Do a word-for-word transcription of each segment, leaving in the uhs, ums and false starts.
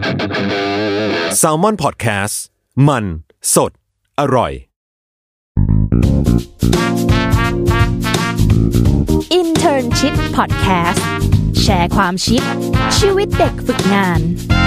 Salmon Podcast มันสดอร่อย Internship Podcast แชร์ความชิปชีวิตเด็กฝึกงาน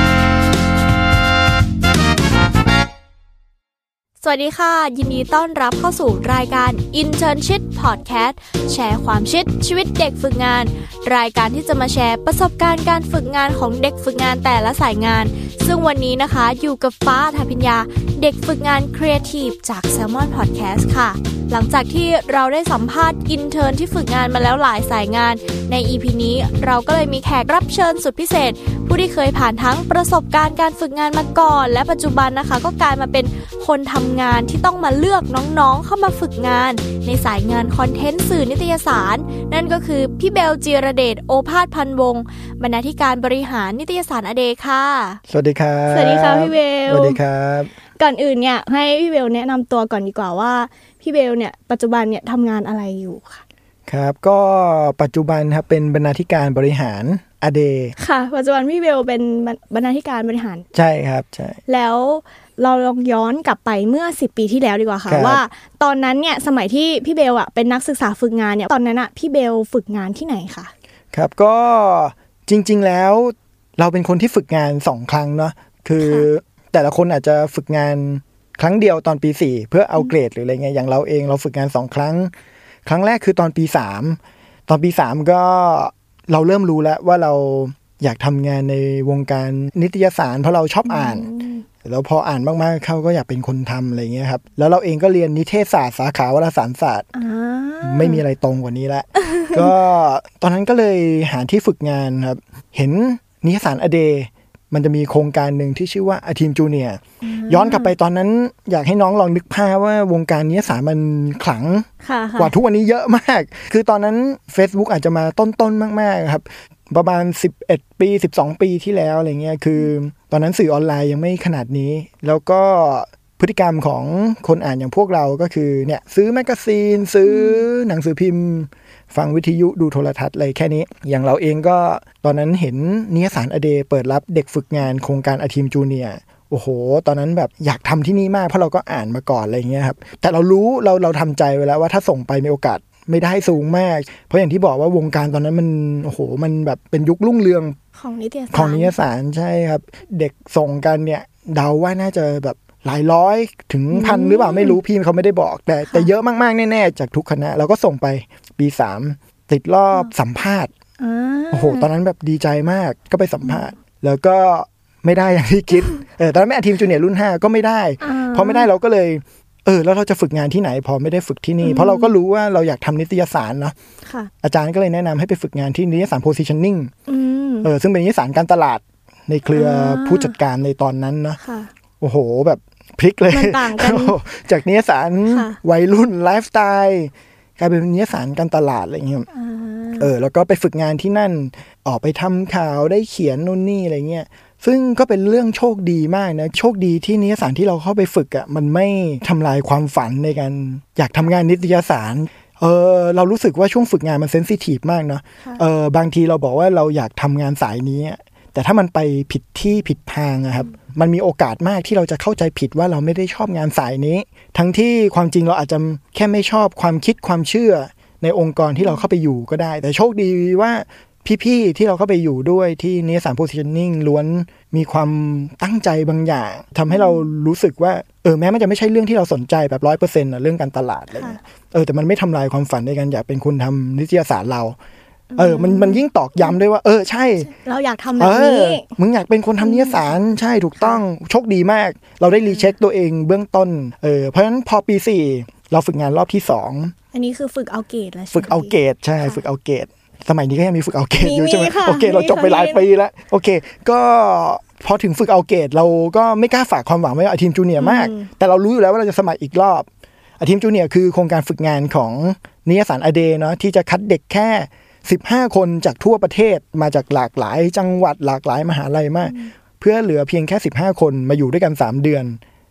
สวัสดีค่ะยินดีต้อนรับเข้าสู่รายการ Internship Podcast แชร์ความชิดชีวิตเด็กฝึกงานรายการที่จะมาแชร์ประสบการณ์การฝึกงานของเด็กฝึกงานแต่ละสายงานซึ่งวันนี้นะคะอยู่กับฟ้าทาพิญญาเด็กฝึกงาน Creative จาก Salmon Podcast ค่ะหลังจากที่เราได้สัมภาษณ์อินเทิร์นที่ฝึกงานมาแล้วหลายสายงานใน อี พี นี้เราก็เลยมีแขกรับเชิญสุดพิเศษผู้ที่เคยผ่านทั้งประสบการณ์การฝึกงานมาก่อนและปัจจุบันนะคะก็กลายมาเป็นคนทำงานที่ต้องมาเลือกน้องๆเข้ามาฝึกงานในสายงานคอนเทนต์สื่อนิตยสารนั่นก็คือพี่เบลจิรเดชโอภาสพันวงศ์บรรณาธิการบริหารนิตยสารอเดย์ค่ะสวัสดีครับสวัสดีค่ะพี่เบลสวัสดีครับก่อนอื่นเนี่ยให้พี่เบลแนะนำตัวก่อนดีกว่าว่าพี่เบลเนี่ยปัจจุบันเนี่ยทำงานอะไรอยู่ค่ะครับก็ปัจจุบันครับเป็นบรรณาธิการบริหารอเดย์ค่ะปัจจุบันพี่เบลเป็นบรรณาธิการบริหารใช่ครับใช่แล้วเราลองย้อนกลับไปเมื่อสิบปีที่แล้วดีกว่าค่ะว่าตอนนั้นเนี่ยสมัยที่พี่เบลอ่ะเป็นนักศึกษาฝึกงานเนี่ยตอนนั้นอ่ะพี่เบลฝึกงานที่ไหนคะครับก็จริงๆแล้วเราเป็นคนที่ฝึกงานสองครั้งเนาะคือแต่ละคนอาจจะฝึกงานครั้งเดียวตอนปีสี่เพื่อเอาเกรดหรืออะไรเงี้ยอย่างเราเองเราฝึกงานสองครั้งครั้งแรกคือตอนปีสามตอนปีสามก็เราเริ่มรู้แล้วว่าเราอยากทำงานในวงการนิตยสารเพราะเราชอบอ่านแล้วพออ่านมากๆเขาก็อยากเป็นคนทำอะไรเงี้ยครับแล้วเราเองก็เรียนนิเทศศาสตร์สาขาวารสารศาสตร์ไม่มีอะไรตรงกว่านี้ละ ก็ตอนนั้นก็เลยหาที่ฝึกงานครับเห็นนิตยสารอเดย์มันจะมีโครงการหนึ่งที่ชื่อว่าอาทีมจูเนียร์ย้อนกลับไปตอนนั้นอยากให้น้องลองนึกภาพว่าวงการนิตยสารมันขลังกว่าทุกวันนี้เยอะมากคือตอนนั้น Facebook อาจจะมาต้นๆมากๆครับประมาณสิบเอ็ดปีสิบสองปีที่แล้วอะไรเงี้ยคือตอนนั้นสื่อออนไลน์ยังไม่ขนาดนี้แล้วก็พฤติกรรมของคนอ่านอย่างพวกเราก็คือเนี่ยซื้อแมกกาซีนซื้อหนังสือพิมพ์ฟังวิทยุดูโทรทัศน์อะไรแค่นี้อย่างเราเองก็ตอนนั้นเห็นนิยสารอเดย์เปิดรับเด็กฝึกงานโครงการอาทีมจูเนียร์โอ้โหตอนนั้นแบบอยากทำที่นี่มากเพราะเราก็อ่านมาก่อนอะไรเงี้ยครับแต่เรารู้เราเราทำใจไว้แล้วว่าถ้าส่งไปมีโอกาสไม่ได้สูงมากเพราะอย่างที่บอกว่าวงการตอนนั้นมันโอ้โหมันแบบเป็นยุครุ่งเรืองของนิตยสารของนิตยสารใช่ครับเด็กส่งกันเนี่ยเดาว่าน่าจะแบบหลายร้อยถึงพันหรือเปล่าไม่รู้พี่เขาไม่ได้บอกแต่แต่เยอะมากๆแน่ๆจากทุกคณะเราก็ส่งไปปีสามติดรอบสัมภาษณ์โอ้โหตอนนั้นแบบดีใจมากก็ไปสัมภาษณ์แล้วก็ไม่ได้อย่างที่คิดเออตอนนั้นแม่ทีมจูเนียร์รุ่นห้าก็ไม่ได้พอไม่ได้เราก็เลยเออแล้วเราจะฝึกงานที่ไหนพอไม่ได้ฝึกที่นี่เพราะเราก็รู้ว่าเราอยากทำนิตยสารเนาะอาจารย์ก็เลยแนะนำให้ไปฝึกงานที่นิตยสาร positioning เออซึ่งเป็นนิตยสารการตลาดในเครือผู้จัดการในตอนนั้นเนาะโอ้โหแบบพลิกเลยจากนิตยสารวัยรุ่นไลฟ์สไตล์กลายเป็นนิตยสารการตลาดอะไรอย่างเงี้ยเออแล้วก็ไปฝึกงานที่นั่นออกไปทำข่าวได้เขียนนู่นนี่อะไรเงี้ยซึ่งก็เป็นเรื่องโชคดีมากนะโชคดีที่นิตยสารที่เราเข้าไปฝึกอ่ะมันไม่ทำลายความฝันในการอยากทำงานนิตยสารเออเรารู้สึกว่าช่วงฝึกงานมันเซนซิทีฟมากเนาะเออบางทีเราบอกว่าเราอยากทำงานสายนี้แต่ถ้ามันไปผิดที่ผิดทางอะครับมันมีโอกาสมากที่เราจะเข้าใจผิดว่าเราไม่ได้ชอบงานสายนี้ทั้งที่ความจริงเราอาจจะแค่ไม่ชอบความคิดความเชื่อในองค์กรที่เราเข้าไปอยู่ก็ได้แต่โชคดีว่าพี่ๆที่เราเข้าไปอยู่ด้วยที่นิตยสาร positioning ล้วนมีความตั้งใจบางอย่างทำให้เรารู้สึกว่าเออแม้มันจะไม่ใช่เรื่องที่เราสนใจแบบ ร้อยเปอร์เซ็นต์ นะเรื่องการตลาดอะไรเงี้ยเออแต่มันไม่ทำลายความฝันในการอยากเป็นคนทำนิตยสารเราเออมันมันยิ่งตอกย้ำด้วยว่าเออใช่เราอยากทำแบบนี้มึงอยากเป็นคนทำนิตยสารใช่ถูกต้องโชคดีมากเราได้รีเช็คตัวเองเบื้องต้นเออเพราะฉะนั้นพอปีสี่เราฝึกงานรอบที่สองอันนี้คือฝึกเอาเกรดแล้วฝึกเอาเกรดใช่ฝึกเอาเกรดสมัยนี้ก็ยังมีฝึกเอาเกรดอยู่ใช่ไหมโอเคเราจบไปหลายปีแล้วโอเคก็พอถึงฝึกเอาเกรดเราก็ไม่กล้าฝากความหวังไว้กับทีมจูเนียร์มากแต่เรารู้อยู่แล้วว่าเราจะสมัครอีกรอบทีมจูเนียร์คือโครงการฝึกงานของนิตยสารอเดย์เนาะที่จะคัดเด็กแค่สิบห้าคนจากทั่วประเทศมาจากหลากหลายจังหวัดหลากหลายมหาลัยมากเพื่อเหลือเพียงแค่สิบห้าคนมาอยู่ด้วยกันสามเดือน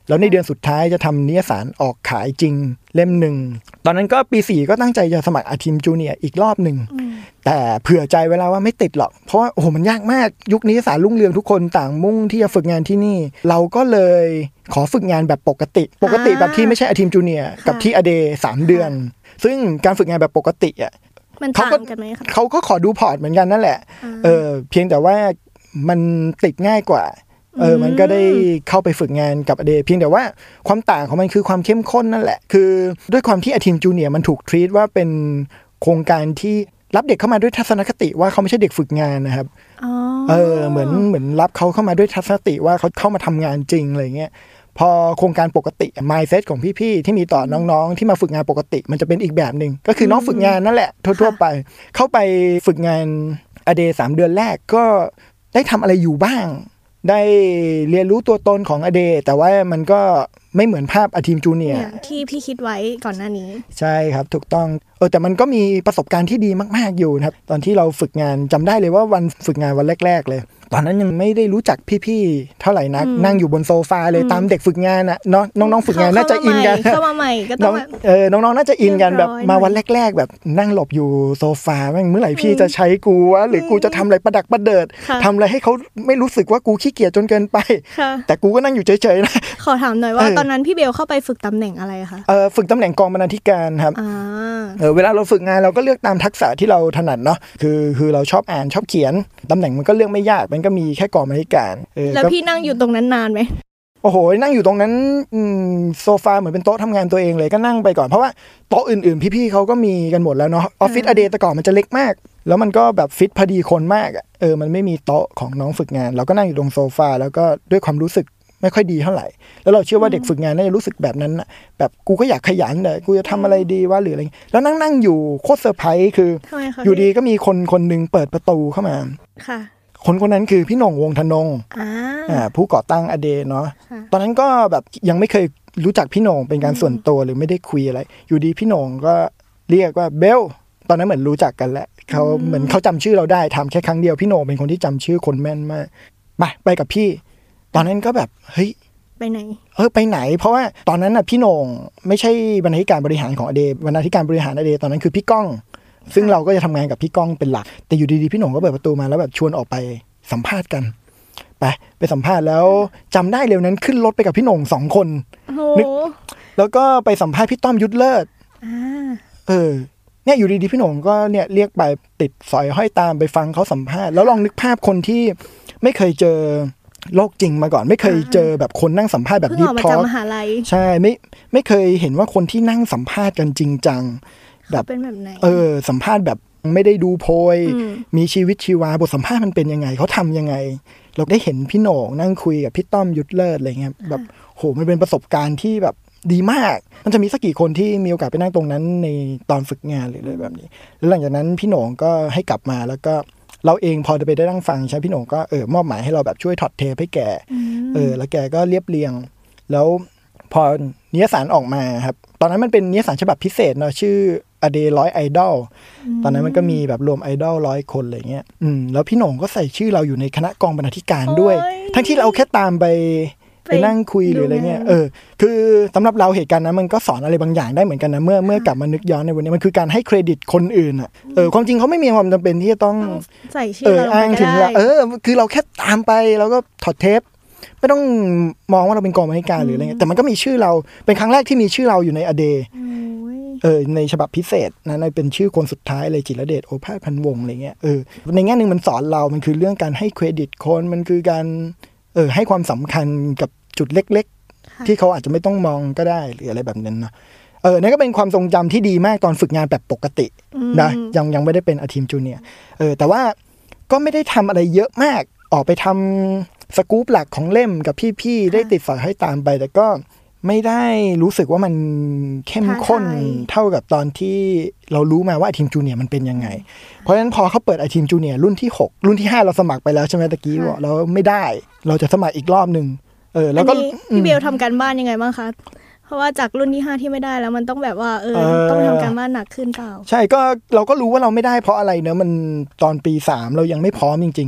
แล้วในเดือนสุดท้ายจะทำนิยสารออกขายจริงเล่มหนึ่งตอนนั้นก็ปีสี่ก็ตั้งใจจะสมัครอาทีมจูเนียร์อีกรอบหนึ่งแต่เผื่อใจไว้แล้วว่าไม่ติดหรอกเพราะว่าโอ้โหมันยากมากยุคนิยสารรุ่งเรืองทุกคนต่างมุ่งที่จะฝึกงานที่นี่เราก็เลยขอฝึกงานแบบปกติปกติแบบที่ไม่ใช่อาทีมจูเนียร์กับที่อเดสามเดือนซึ่งการฝึกงานแบบปกติอ่ะมันต่างกันไหมคะเขาก็ขอดูพอร์ตเหมือนกันนั่นแหละเออเพียงแต่ว่ามันติดง่ายกว่าเออมันก็ได้เข้าไปฝึกงานกับอเดเพียงแต่ว่าความต่างของมันคือความเข้มข้นนั่นแหละคือด้วยความที่อาทีมจูเนียร์มันถูกทรีตว่าเป็นโครงการที่รับเด็กเข้ามาด้วยทัศนคติว่าเขาไม่ใช่เด็กฝึกงานนะครับเออเหมือนเหมือนรับเขาเข้ามาด้วยทัศนคติว่าเขาเข้ามาทำงานจริงอะไรเงี้ยพอโครงการปกติ mindset ของพี่ๆที่มีต่อน้องๆที่มาฝึกงานปกติมันจะเป็นอีกแบบนึงก็คือน้องฝึกงานนั่นแหละทั่วๆไปเข้าไปฝึกงานอเดสามเดือนแรกก็ได้ทำอะไรอยู่บ้างได้เรียนรู้ตัวตนของอเดแต่ว่ามันก็ไม่เหมือนภาพอาทีมจูเนียร์ที่พี่คิดไว้ก่อนหน้านี้ใช่ครับถูกต้องเออแต่มันก็มีประสบการณ์ที่ดีมากๆอยู่นะครับตอนที่เราฝึกงานจำได้เลยว่าวันฝึกงานวันแรกๆเลยตอนนั้นยังไม่ได้รู้จักพี่ๆเท่าไหร่นักนั่งอยู่บนโซฟาเลยตามเด็กฝึกงานอ่ะเนาะน้องๆฝึกงานน่าจะอินกันเข้ามาใหม่ก็ต้องเออน้องๆน่าจะอินกันแบบมาวันแรกๆแบบนั่งหลบอยู่โซฟาแม่งเมื่อไหร่พี่จะใช้กูวะหรือกูจะทำอะไรประดักประเดิดทำอะไรให้เขาไม่รู้สึกว่ากูขี้เกียจจนเกินไปแต่กูก็นั่งอยู่เฉยๆนะขอถามหน่อยว่าตอนนั้นพี่เบลเข้าไปฝึกตำแหน่งอะไรคะเออฝึกตำแหน่งกองบรรณาธิการครับเออเวลาเราฝึกงานเราก็เลือกตามทักษะที่เราถนัดเนาะคือคือเราชอบอ่านชอบเขียนตำแหน่งมันก็เลือกไม่ยากมันก็มีแค่กองบรรณาธิการแล้วพี่นั่งอยู่ตรงนั้นนานไหมโอ้โหนั่งอยู่ตรงนั้นโซฟาเหมือนเป็นโต๊ะทำงานตัวเองเลยก็นั่งไปก่อนเพราะว่าโต๊ะอื่นๆพี่ๆเขาก็มีกันหมดแล้วเนาะออฟฟิศอเดแต่ก่อนมันจะเล็กมากแล้วมันก็แบบฟิตพอดีคนมากอ่ะเออมันไม่มีโต๊ะของน้องฝึกงานเราก็นั่งอยู่ตรงโซฟาแล้วก็ด้วยความรู้สึกไม่ค่อยดีเท่าไหร่แล้วเราเชื่อว่าเด็กฝึกงานน่าจะรู้สึกแบบนั้นนะแบบกูก็อยากขยันเลยกูจะทำอะไรดีวะหรืออะไรแล้วนั่งนั่งอยู่โคตรเซอร์ไพรส์คืออยู่ดีก็มีคนคนนึงเปิดประตูเข้ามาค่ะคนคนนั้นคือพี่หน่งวงธนงอ่าผู้ก่อตั้งอเดเนาะตอนนั้นก็แบบยังไม่เคยรู้จักพี่หน่งเป็นการส่วนตัวหรือไม่ได้คุยอะไรอยู่ดีพี่หน่งก็เรียกว่าเบลตอนนั้นเหมือนรู้จักกันแหละเขาเหมือนเขาจำชื่อเราได้ทำแค่ครั้งเดียวพี่หน่งเป็นคนที่จำชื่อคนแม่นมากไปไปกับพี่ตอนนั้นก็แบบเฮ้ยไปไหนเออไปไหนเพราะว่าตอนนั้นน่ะพี่โหน่งไม่ใช่บรรณาธิการบริหารของอเดบรรณาธิการบริหารอเดตอนนั้นคือพี่ก้องซึ่งเราก็จะทำงานกับพี่ก้องเป็นหลักแต่อยู่ดีๆพี่โหน่งก็เปิดประตูมาแล้วแบบชวนออกไปสัมภาษณ์กันไปไปสัมภาษณ์แล้วจำได้เร็วนั้นขึ้นรถไปกับพี่โหน่งสองคนนึกแล้วก็ไปสัมภาษณ์พี่ต้อมยุทธเลิศเออเนี่ยอยู่ดีๆพี่โหน่งก็เนี่ยเรียกไปติดสอยห้อยตามไปฟังเขาสัมภาษณ์แล้วลองนึกภาพคนที่ไม่เคยเจอโลกจริงมาก่อนไม่เคยเจอแบบคนนั่งสัมภาษณ์แบบดิฟทอล์กใช่ไม่ไม่เคยเห็นว่าคนที่นั่งสัมภาษณ์กันจริงจังแบบเป็นแบบไหนเออสัมภาษณ์แบบไม่ได้ดูโพยมีชีวิตชีวาบทสัมภาษณ์มันเป็นยังไงเขาทำยังไงเราได้เห็นพี่โหน่งนั่งคุยกับพี่ต้อมยุทธเลิศอะไรเงี้ยแบบโหมันเป็นประสบการณ์ที่แบบดีมากมันจะมีสักกี่คนที่มีโอกาสไปนั่งตรงนั้นในตอนฝึกงานหรืออะไรแบบนี้แล้วหลังจากนั้นพี่โหน่งก็ให้กลับมาแล้วก็เราเองพอจะไปได้นั่งฟังใช่พี่โหน่งก็เออมอบหมายให้เราแบบช่วยถอดเทปให้แกเออแล้วแกก็เรียบเรียงแล้วพอนิยสารออกมาครับตอนนั้นมันเป็นนิยสารฉบับพิเศษเนาะชื่อ A Day ร้อย Idol ตอนนั้นมันก็มีแบบรวมไอดอลร้อยคนอะไรเงี้ยอืมแล้วพี่โหน่งก็ใส่ชื่อเราอยู่ในคณะกองบรรณาธิการด้วยทั้งที่เราแค่ตามไปไปนั่งคุยหรืออะไรเงี้ยเออคือสำหรับเราเหตุการณ์นั้นมันก็สอนอะไรบางอย่างได้เหมือนกันนะเมื่อเมื่อกลับมานึกย้อนในวันนี้มันคือการให้เครดิตคนอื่นอ่ะเออความจริงเขาไม่มีความจำเป็นที่จะต้องใส่ชื่อเราอ้างถึงเราเออคือเราแค่ตามไปแล้วก็ถอดเทปไม่ต้องมองว่าเราเป็นกองบรรณาธิการหรืออะไรเงี้ยแต่มันก็มีชื่อเราเป็นครั้งแรกที่มีชื่อเราอยู่ในอเดเออในฉบับพิเศษนะในเป็นชื่อคนสุดท้ายเลยจิรเดชโอภาสพันวงศ์อะไรเงี้ยเออในแง่นึงมันสอนเรามันคือเรื่องการให้เครดิตคนมันคือการเออให้ความสำคัญกับจุดเล็กๆที่เขาอาจจะไม่ต้องมองก็ได้หรืออะไรแบบนั้นเนาะเออนั่นก็เป็นความทรงจำที่ดีมากตอนฝึกงานแบบปกตินะยังยังไม่ได้เป็นอาทีมจูเนียร์เออแต่ว่าก็ไม่ได้ทำอะไรเยอะมากออกไปทำสกู๊ปหลักของเล่มกับพี่ๆได้ติดสอยให้ตามไปแต่ก็ไม่ได้รู้สึกว่ามันเข้มข้นเท่ากับตอนที่เรารู้มาว่าอาทีมจูเนียร์มันเป็นยังไงเพราะฉะนั้นพอเขาเปิดอาทีมจูเนียร์รุ่นที่หกรุ่นที่ห้าเราสมัครไปแล้วใช่ไหมตะกี้บอกเราไม่ได้เราจะสมัครอีกรอบนึงเออแล้วก็พี่เบลทำการบ้านยังไงบ้างคะเพราะว่าจากรุ่นที่ห้าที่ไม่ได้แล้วมันต้องแบบว่าเออต้องทำการบ้านหนักขึ้นเปล่าใช่ก็เราก็รู้ว่าเราไม่ได้เพราะอะไรเนอะมันตอนปีสามเรายังไม่พร้อมจริงๆ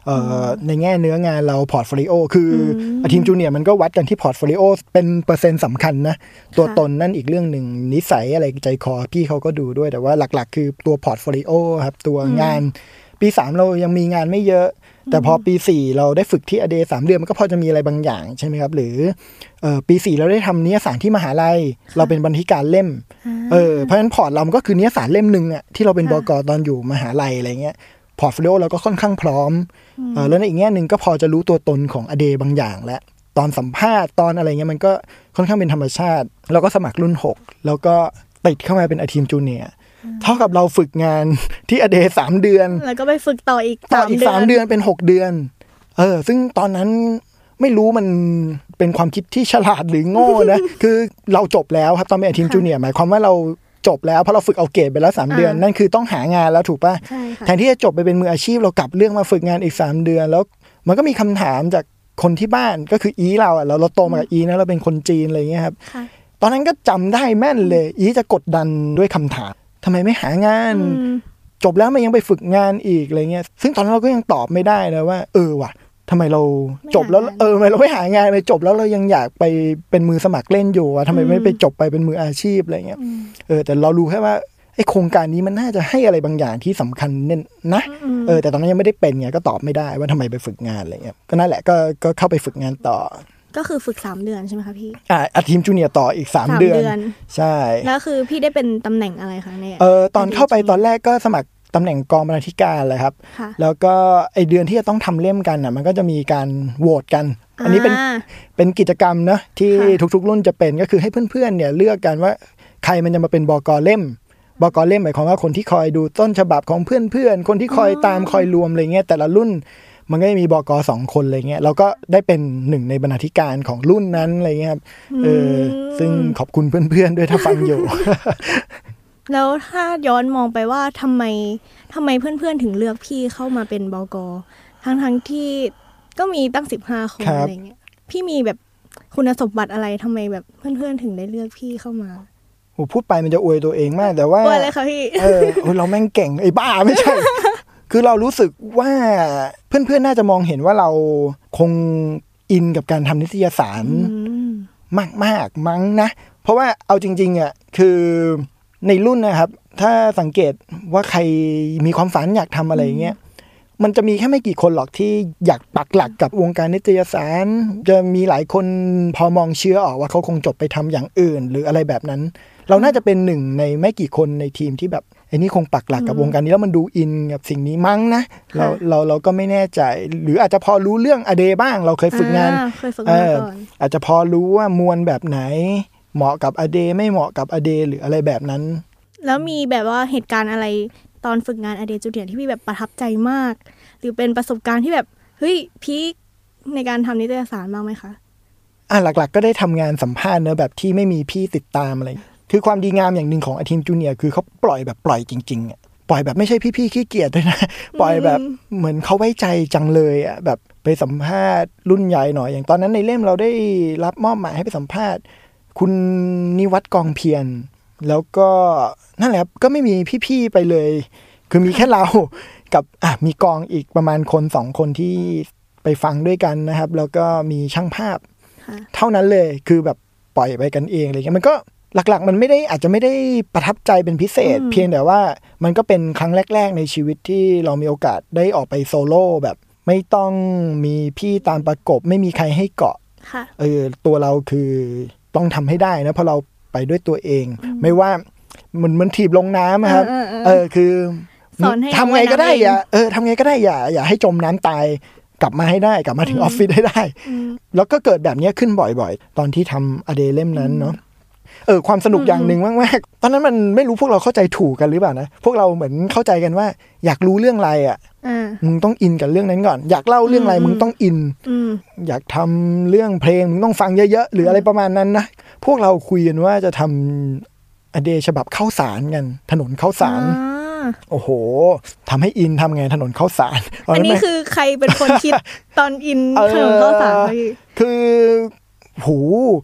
เอ่อในแง่เนื้องานเราพอร์ตโฟลิโอคืออทีมจูเนียร์มันก็วัดกันที่พอร์ตโฟลิโอเป็นเปอร์เซ็นต์สำคัญนะตัวตนนั่นอีกเรื่องหนึ่งนิสัยอะไรใจคอพี่เขาก็ดูด้วยแต่ว่าหลักๆคือตัวพอร์ตโฟลิโอครับตัวงานปีสามเรายังมีงานไม่เยอะแต่พอปีสี่เราได้ฝึกที่อเดสามเดือนมันก็พอจะมีอะไรบางอย่างใช่ไหมครับหรือเอ่อปีสี่เราได้ทำนิยสารที่มหาลัยเราเป็นบรรณาธิการเล่มเออเพราะฉะนั้นพอร์ตเรามันก็คือนิยสารเล่มนึงอ่ะที่เราเป็นบก.ตอนอยู่มหาลัยอะไรเงี้ยพอร์ตโฟลิโอเราก็ค่อนข้างพร้อมเออแล้วในอีกแง่นึงก็พอจะรู้ตัวตนของอเดบางอย่างแล้วตอนสัมภาษณ์ตอนอะไรเงี้ยมันก็ค่อนข้างเป็นธรรมชาติเราก็สมัครรุ่นหกแล้วก็ติดเข้ามาเป็นอาทีมจูเนียร์เท่ากับเราฝึกงานที่อเดสามเดือนแล้วก็ไปฝึกต่ออีกต่ออีกสามเดือนเป็นหกเดือนเออซึ่งตอนนั้นไม่รู้มันเป็นความคิดที่ฉลาดหรือโง่นะ คือเราจบแล้วครับตอนเป็นทีมจูเนียร์หมายความว่าเราจบแล้วเพราะเราฝึกเอาเกรดไปแล้วสามเดือนนั่นคือต้องหางานแล้วถูกป่ะแทนที่จะจบไปเป็นมืออาชีพเรากลับเรื่องมาฝึกงานอีกสามเดือนแล้วมันก็มีคำถามจากคนที่บ้านก็คืออีเราอ่ะเราเราโตมากับอีนะเราเป็นคนจีนอะไรเงี้ยครับตอนนั้นก็จำได้แม่นเลยอีจะกดดันด้วยคำถามทำไมไม่หางานจบแล้วมันยังไปฝึกงานอีกอะไรเงี้ยซึ่งตอนนั้นเราก็ยังตอบไม่ได้นะว่าเออว่ะทำไมเราจบแล้วเออทำไมเราไม่หางานเลยจบแล้วเรายังอยากไปเป็นมือสมัครเล่นอยู่อ่ะทำไมไม่ไปจบไปเป็นมืออาชีพอะไรเงี้ยเออแต่เรารู้แค่ว่าไอ้โครงการนี้มันน่าจะให้อะไรบางอย่างที่สำคัญเน้นนะเออแต่ตอนนั้นยังไม่ได้เป็นไงก็ตอบไม่ได้ว่าทำไมไปฝึกงานอะไรเงี้ยก็นั่นแหละก็ก็เข้าไปฝึกงานต่อก็คือฝึกสามเดือนใช่ไหมคะพี่อ่าทีมจูเนียร์ต่ออีกสามเดือนใช่แล้วคือพี่ได้เป็นตำแหน่งอะไรคะเนี่ยเออตอนเข้าไปตอนแรกก็สมัครตำแหน่งกองบรรณาธิการเลยครับแล้วก็ไอเดือนที่จะต้องทำเล่มกันอ่ะมันก็จะมีการโหวตกันอันนี้เป็นเป็นกิจกรรมนะที่ทุกๆรุ่นจะเป็นก็คือให้เพื่อนๆเนี่ยเลือกกันว่าใครมันจะมาเป็นบก.เล่มบก.เล่มหมายความว่าคนที่คอยดูต้นฉบับของเพื่อนๆคนที่คอยตามคอยรวมอะไรเงี้ยแต่ละรุ่นมันก็จะมีบก.สองคนอะไรเงี้ยเราก็ได้เป็นหนึ่งในบรรณาธิการของรุ่นนั้นอะไรเงี้ยครับเออซึ่งขอบคุณเพื่อนๆด้วยถ้าฟังอยู่แล้วถ้าย้อนมองไปว่าทำไมทำไมเพื่อนๆถึงเลือกพี่เข้ามาเป็นบก.ทั้งๆที่ก็มีตั้งสิบห้าคนอะไรเงี้ยพี่มีแบบคุณสมบัติอะไรทำไมแบบเพื่อนๆถึงได้เลือกพี่เข้ามาโหพูดไปมันจะอวยตัวเองมากแต่ว่าอวยเลยค่ะพี่เออเราแม่งเก่งไอ้บ้าไม่ใช่ คือเรารู้สึกว่าเพื่อนๆน่าจะมองเห็นว่าเราคงอินกับการทำนิตยสารมากๆมั้งนะเพราะว่าเอาจริงๆอ่ะคือในรุ่นนะครับถ้าสังเกตว่าใครมีความฝันอยากทำอะไรเงี้ยมันจะมีแค่ไม่กี่คนหรอกที่อยากปักหลักกับวงการนิตยสารจะมีหลายคนพอมองเชื้อออกว่าเขาคงจบไปทำอย่างอื่นหรืออะไรแบบนั้นเราน่าจะเป็นหนึ่งในไม่กี่คนในทีมที่แบบไอ้นี่คงปักหลักกับวงการนี้แล้วมันดูอินกับสิ่งนี้มั้งนะเราเราเราก็ไม่แน่ใจหรืออาจจะพอรู้เรื่องอเดบ้างเราเคยฝึกงานเอออาจจะพอรู้ว่ามวลแบบไหนเหมาะกับอเดไม่เหมาะกับอเดหรืออะไรแบบนั้นแล้วมีแบบว่าเหตุการณ์อะไรตอนฝึกงานอเดจูเนียร์ที่พี่แบบประทับใจมากหรือเป็นประสบการณ์ที่แบบเฮ้ยพีคในการทำนิตยสารบ้างไหมคะอ่ะหลักๆก็ได้ทำงานสัมภาษณ์เนอะแบบที่ไม่มีพี่ติดตามอะไรคือความดีงามอย่างหนึ่งของทีมจูเนียร์คือเขาปล่อยแบบปล่อยจริงๆอ่ะปล่อยแบบไม่ใช่พี่ๆขี้เกียจด้วยนะปล่อยแบบเหมือนเขาไว้ใจจังเลยอ่ะแบบไปสัมภาษณ์รุ่นใหญ่หน่อยอย่างตอนนั้นในเล่มเราได้รับมอบหมายให้ไปสัมภาษณ์คุณนิวัฒน์กองเพียรแล้วก็นั่นแหละก็ไม่มีพี่ๆไปเลยคือมีแค่เรากับอ่ะมีกองอีกประมาณคนสองคนที่ไปฟังด้วยกันนะครับแล้วก็มีช่างภาพเท่านั้นเลยคือแบบปล่อยไปกันเองอะไรเงี้ยมันก็หลักๆมันไม่ได้อาจจะไม่ได้ประทับใจเป็นพิเศษเพียงแต่ว่ามันก็เป็นครั้งแรกๆในชีวิตที่เรามีโอกาสได้ออกไปโซโล่แบบไม่ต้องมีพี่ตามประกบไม่มีใครให้เกาะเออตัวเราคือต้องทำให้ได้นะเพราะเราไปด้วยตัวเองไม่ว่ามันมันถีบลงน้ำครับเออคือทำไงก็ได้อย่าเออทำไงก็ได้อย่าอย่าให้จมน้ำตายกลับมาให้ได้กลับมาถึงออฟฟิศให้ได้แล้วก็เกิดแบบนี้ขึ้นบ่อยๆตอนที่ทำอเดเล่มนั้นเนาะเออความสนุกอย่างหนึ่งมากๆตอนนั้นมันไม่รู้พวกเราเข้าใจถูกกันหรือเปล่านะพวกเราเหมือนเข้าใจกันว่าอยากรู้เรื่องอะไรอ่ะมึงต้องอินกับเรื่องนั้นก่อนอยากเล่าเรื่องอะไรมึงต้องอินอยากทำเรื่องเพลงมึงต้องฟังเยอะๆหรืออะไรประมาณนั้นนะพวกเราคุยกันว่าจะทำอเดฉบับข้าวสารกันถนนข้าวสารโอ้โหทำให้อินทำไงถนนข้าวสารอันนี้คือใครเป็นคนคิดตอนอินถนนข้าวสารคือหู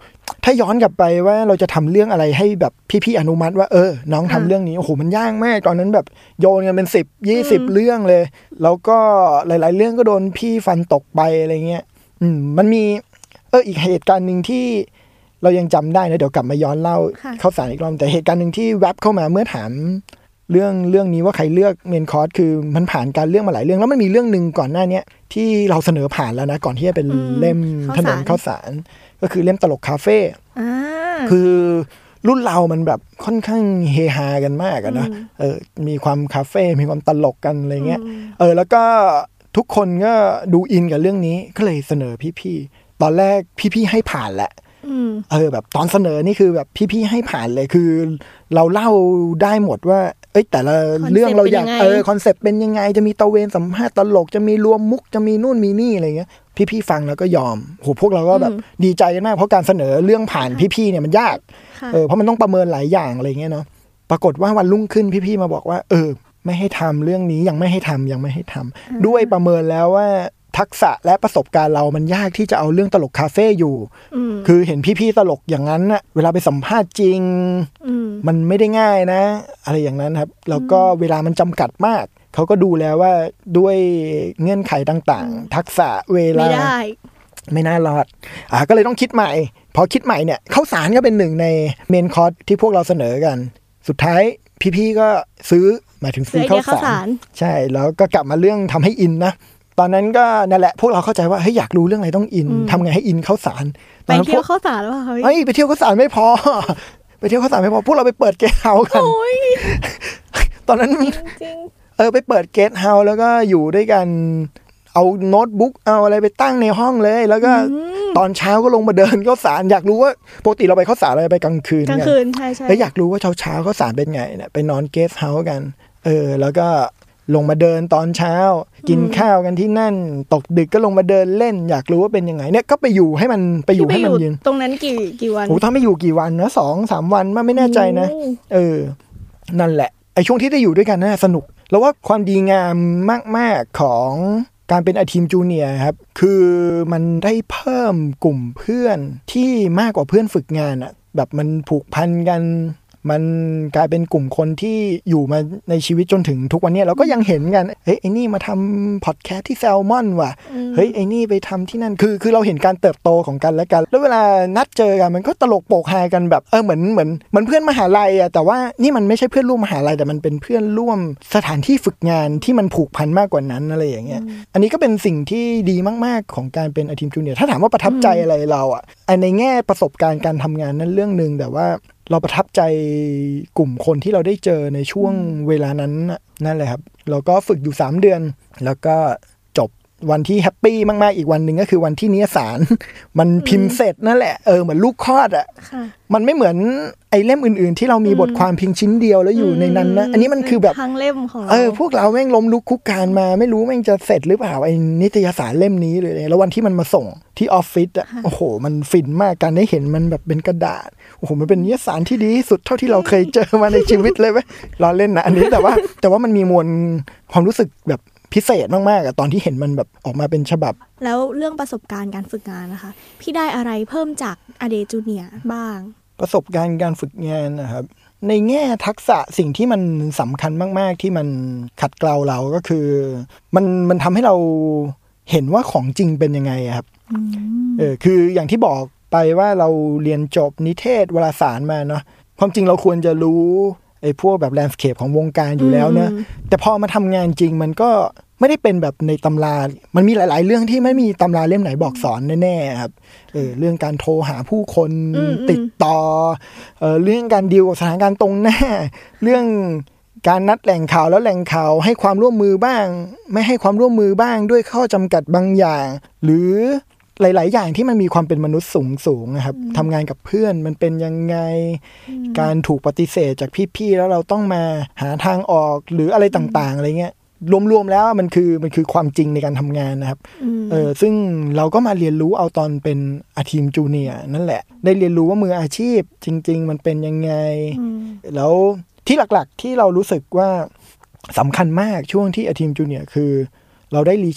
ถ้าย้อนกลับไปว่าเราจะทำเรื่องอะไรให้แบบพี่ๆอนุมัติว่าเออน้องทำเรื่องนี้โอ้โหมันยากมากตอนนั้นแบบโยนกันเป็นสิบยี่สิบเรื่องเลยแล้วก็หลายๆเรื่องก็โดนพี่ฟันตกไปอะไรเงี้ยอืมมันมีเอออีกเหตุการณ์นึงที่เรายังจำได้นะเดี๋ยวกลับมาย้อนเล่าเข้าสารอีกรอบแต่เหตุการณ์นึงที่แวบเข้ามาเมื่อถามเรื่องเรื่องนี้ว่าใครเลือกเมนคอร์สคือมันผ่านการเลือกมาหลายเรื่องแล้วมันมีเรื่องนึงก่อนหน้านี้ที่เราเสนอผ่านแล้วนะก่อนที่จะเป็นเล่มถนนข้าวสารก็คือเล่มตลกคาเฟ่คือรุ่นเรามันแบบค่อนข้างเฮฮากันมากอะนะเออมีความคาเฟ่มีความตลกกันอะไรเงี้ยเออแล้วก็ทุกคนก็ดูอินกับเรื่องนี้ก็เลยเสนอพี่ๆตอนแรกพี่ๆให้ผ่านแหละเออแบบตอนเสนอนี่คือแบบพี่ๆให้ผ่านเลยคือเราเล่าได้หมดว่าเอ้ยแต่ละเรื่องเราอยากเออคอนเซปต์เป็นยังไงจะมีตะเวนสัมภาษณ์ตลกจะมีรวมมุกจะมีนู่นมีนี่อะไรเงี้ยพี่ๆฟังแล้วก็ยอมโหพวกเราก็แบบดีใจกันมากเพราะการเสนอเรื่องผ่านพี่ๆเนี่ยมันยากเออเพราะมันต้องประเมินหลายอย่างอะไรเงี้ยเนาะปรากฏว่าวันรุ่งขึ้นพี่ๆมาบอกว่าเออไม่ให้ทำเรื่องนี้ยังไม่ให้ทำยังไม่ให้ทำด้วยประเมินแล้วว่าทักษะและประสบการณ์เรามันยากที่จะเอาเรื่องตลกคาเฟ่อยู่คือเห็นพี่ๆตลกอย่างนั้นน่ะเวลาไปสัมภาษณ์จริงมันไม่ได้ง่ายนะอะไรอย่างนั้นครับแล้วก็เวลามันจำกัดมากเขาก็ดูแล้วว่าด้วยเงื่อนไขต่างๆทักษะเวลาไม่ได้ไม่น่ารอดอ่าก็เลยต้องคิดใหม่พอคิดใหม่เนี่ยข้าวสารก็เป็นหนึ่งในเมนคอร์สที่พวกเราเสนอกันสุดท้ายพี่ๆก็ซื้อหมายถึงซื้อข้าวสารใช่แล้วก็กลับมาเรื่องทำให้อินนะตอนนั้นก็นั่นแหละพวกเราเข้าใจว่าเฮ้ยอยากรู้เรื่องอะไรต้องอินทำไงให้อินข้าวสารไปเที่ยวข้าวสารว่ะเฮ้ยไปเที่ยวข้าวสารไม่พอไปเที่ยวข้าวสารไม่พอพวกเราไปเปิดเกสต์เฮาส์กันตอนนั้นเออไปเปิดเกสต์เฮาส์แล้วก็อยู่ด้วยกันเอาโน้ตบุ๊กเอาอะไรไปตั้งในห้องเลยแล้วก็ตอนเช้าก็ลงมาเดินข้าวสารอยากรู้ว่าปกติเราไปข้าวสารเราไปกลางคืนกลางคืนใช่ใช่แล้วอยากรู้ว่าเช้าเช้าข้าวสารเป็นไงเนี่ยไปนอนเกสต์เฮาส์กันเออแล้วก็ลงมาเดินตอนเช้ากินข้าวกันที่นั่นตกดึกก็ลงมาเดินเล่นอยากรู้ว่าเป็นยังไงเนี่ยก็ไปอยู่ให้มันไปอยู่ให้มันยืนตรงนั้นกี่กี่วันโอ้ถ้าไม่อยู่กี่วันนะสองสามวันไม่แน่ใจนะเออนั่นแหละไอ้ช่วงที่ได้อยู่ด้วยกันน่าสนุกแล้วว่าความดีงามมากๆของการเป็นไอทีมจูเนียร์ครับคือมันได้เพิ่มกลุ่มเพื่อนที่มากกว่าเพื่อนฝึกงานอ่ะแบบมันผูกพันกันมันกลายเป็นกลุ่มคนที่อยู่มาในชีวิตจนถึงทุกวันนี้เราก็ยังเห็นกันเฮ้ยไอ้นี่มาทำพอดแคสต์ที่แซลมอนว่ะเฮ้ยไอ้นี่ไปทำที่นั่นคือคือเราเห็นการเติบโตของกันและกันแล้วเวลานัดเจอกันมันก็ตลกโปกฮากันแบบเออเหมือนเหมือนเหมือนเพื่อนมหาลัยอ่ะแต่ว่านี่มันไม่ใช่เพื่อนร่วมมหาลัยแต่มันเป็นเพื่อนร่วมสถานที่ฝึกงานที่มันผูกพันมากกว่านั้นอะไรอย่างเงี้ยอันนี้ก็เป็นสิ่งที่ดีมากๆของการเป็นไอทีมจูเนียร์ถ้าถามว่าประทับใจอะไรเราอ่ะในแง่ประสบการณ์การทำงานนั้นเรื่องนึงแต่ว่าเราประทับใจกลุ่มคนที่เราได้เจอในช่วงเวลานั้นนั่นแหละครับเราก็ฝึกอยู่สามเดือนแล้วก็จบวันที่แฮปปี้มากๆอีกวันหนึ่งก็คือวันที่นิยสารมันพิมพ์เสร็จนั่นแหละเออเหมือนลูกคลอดอ่ะมันไม่เหมือนไอ้เล่มอื่นๆที่เรามีบทความเพียงชิ้นเดียวแล้วอยู่ในนั้นนะอันนี้มันคือแบบทั้งเล่มของเราเออพวกเราแม่งล้มลุกคุกคานมาไม่รู้แม่งจะเสร็จหรือเปล่าไอ้นิตยสารเล่มนี้เลยแล้ววันที่มันมาส่งที่ออฟฟิศอ่ะโอ้โหมันฟินมากการได้เห็นมันแบบเป็นกระดาษโอ้โหมันเป็นนิตยสารที่ดีที่สุดเท่าที่เราเคยเจอมาในชีวิตเลยเว้ยล้อเล่นนะอันนี้แต่ว่าแต่ว่ามันมีมวลความรู้สึกแบบพิเศษมากๆอะตอนที่เห็นมันแบบออกมาเป็นฉบับแล้วเรื่องประสบการณ์การฝึกงานนะคะพี่ได้อะไรเพิ่มจากอเดจูเนียร์บ้างประสบการณ์การฝึกงานนะครับในแง่ทักษะสิ่งที่มันสำคัญมากๆที่มันขัดเกลาเราก็คือมันมันทำให้เราเห็นว่าของจริงเป็นยังไงครับเออคืออย่างที่บอกไปว่าเราเรียนจบนิเทศวารสารมาเนาะความจริงเราควรจะรู้ไอ้พวกแบบแลนด์สเคปของวงการอยู่แล้วเนอะแต่พอมาทำงานจริงมันก็ไม่ได้เป็นแบบในตำรามันมีหลายๆเรื่องที่ไม่มีตำราเล่มไหนบอกสอนแน่ๆครับเออเรื่องการโทรหาผู้คนติดต่อเออเรื่องการดีลกับสถานการณ์ตรงหน้าเรื่องการนัดแหล่งข่าวแล้วแหล่งข่าวให้ความร่วมมือบ้างไม่ให้ความร่วมมือบ้างด้วยข้อจำกัดบางอย่างหรือหลายๆอย่างที่มันมีความเป็นมนุษย์สูงสูงนะครับทำงานกับเพื่อนมันเป็นยังไงการถูกปฏิเสธจากพี่ๆแล้วเราต้องมาหาทางออกหรืออะไรต่างๆอะไรเงี้ยรวมๆแล้วมันคือมันคือความจริงในการทำงานนะครับเออซึ่งเราก็มาเรียนรู้เอาตอนเป็นอาทีมจูเนียร์นั่นแหละได้เรียนรู้ว่ามืออาชีพจริงๆมันเป็นยังไงแล้วที่หลักๆที่เรารู้สึกว่าสำคัญมากช่วงที่อาทีมจูเนียร์คือเราได้รีเช็ค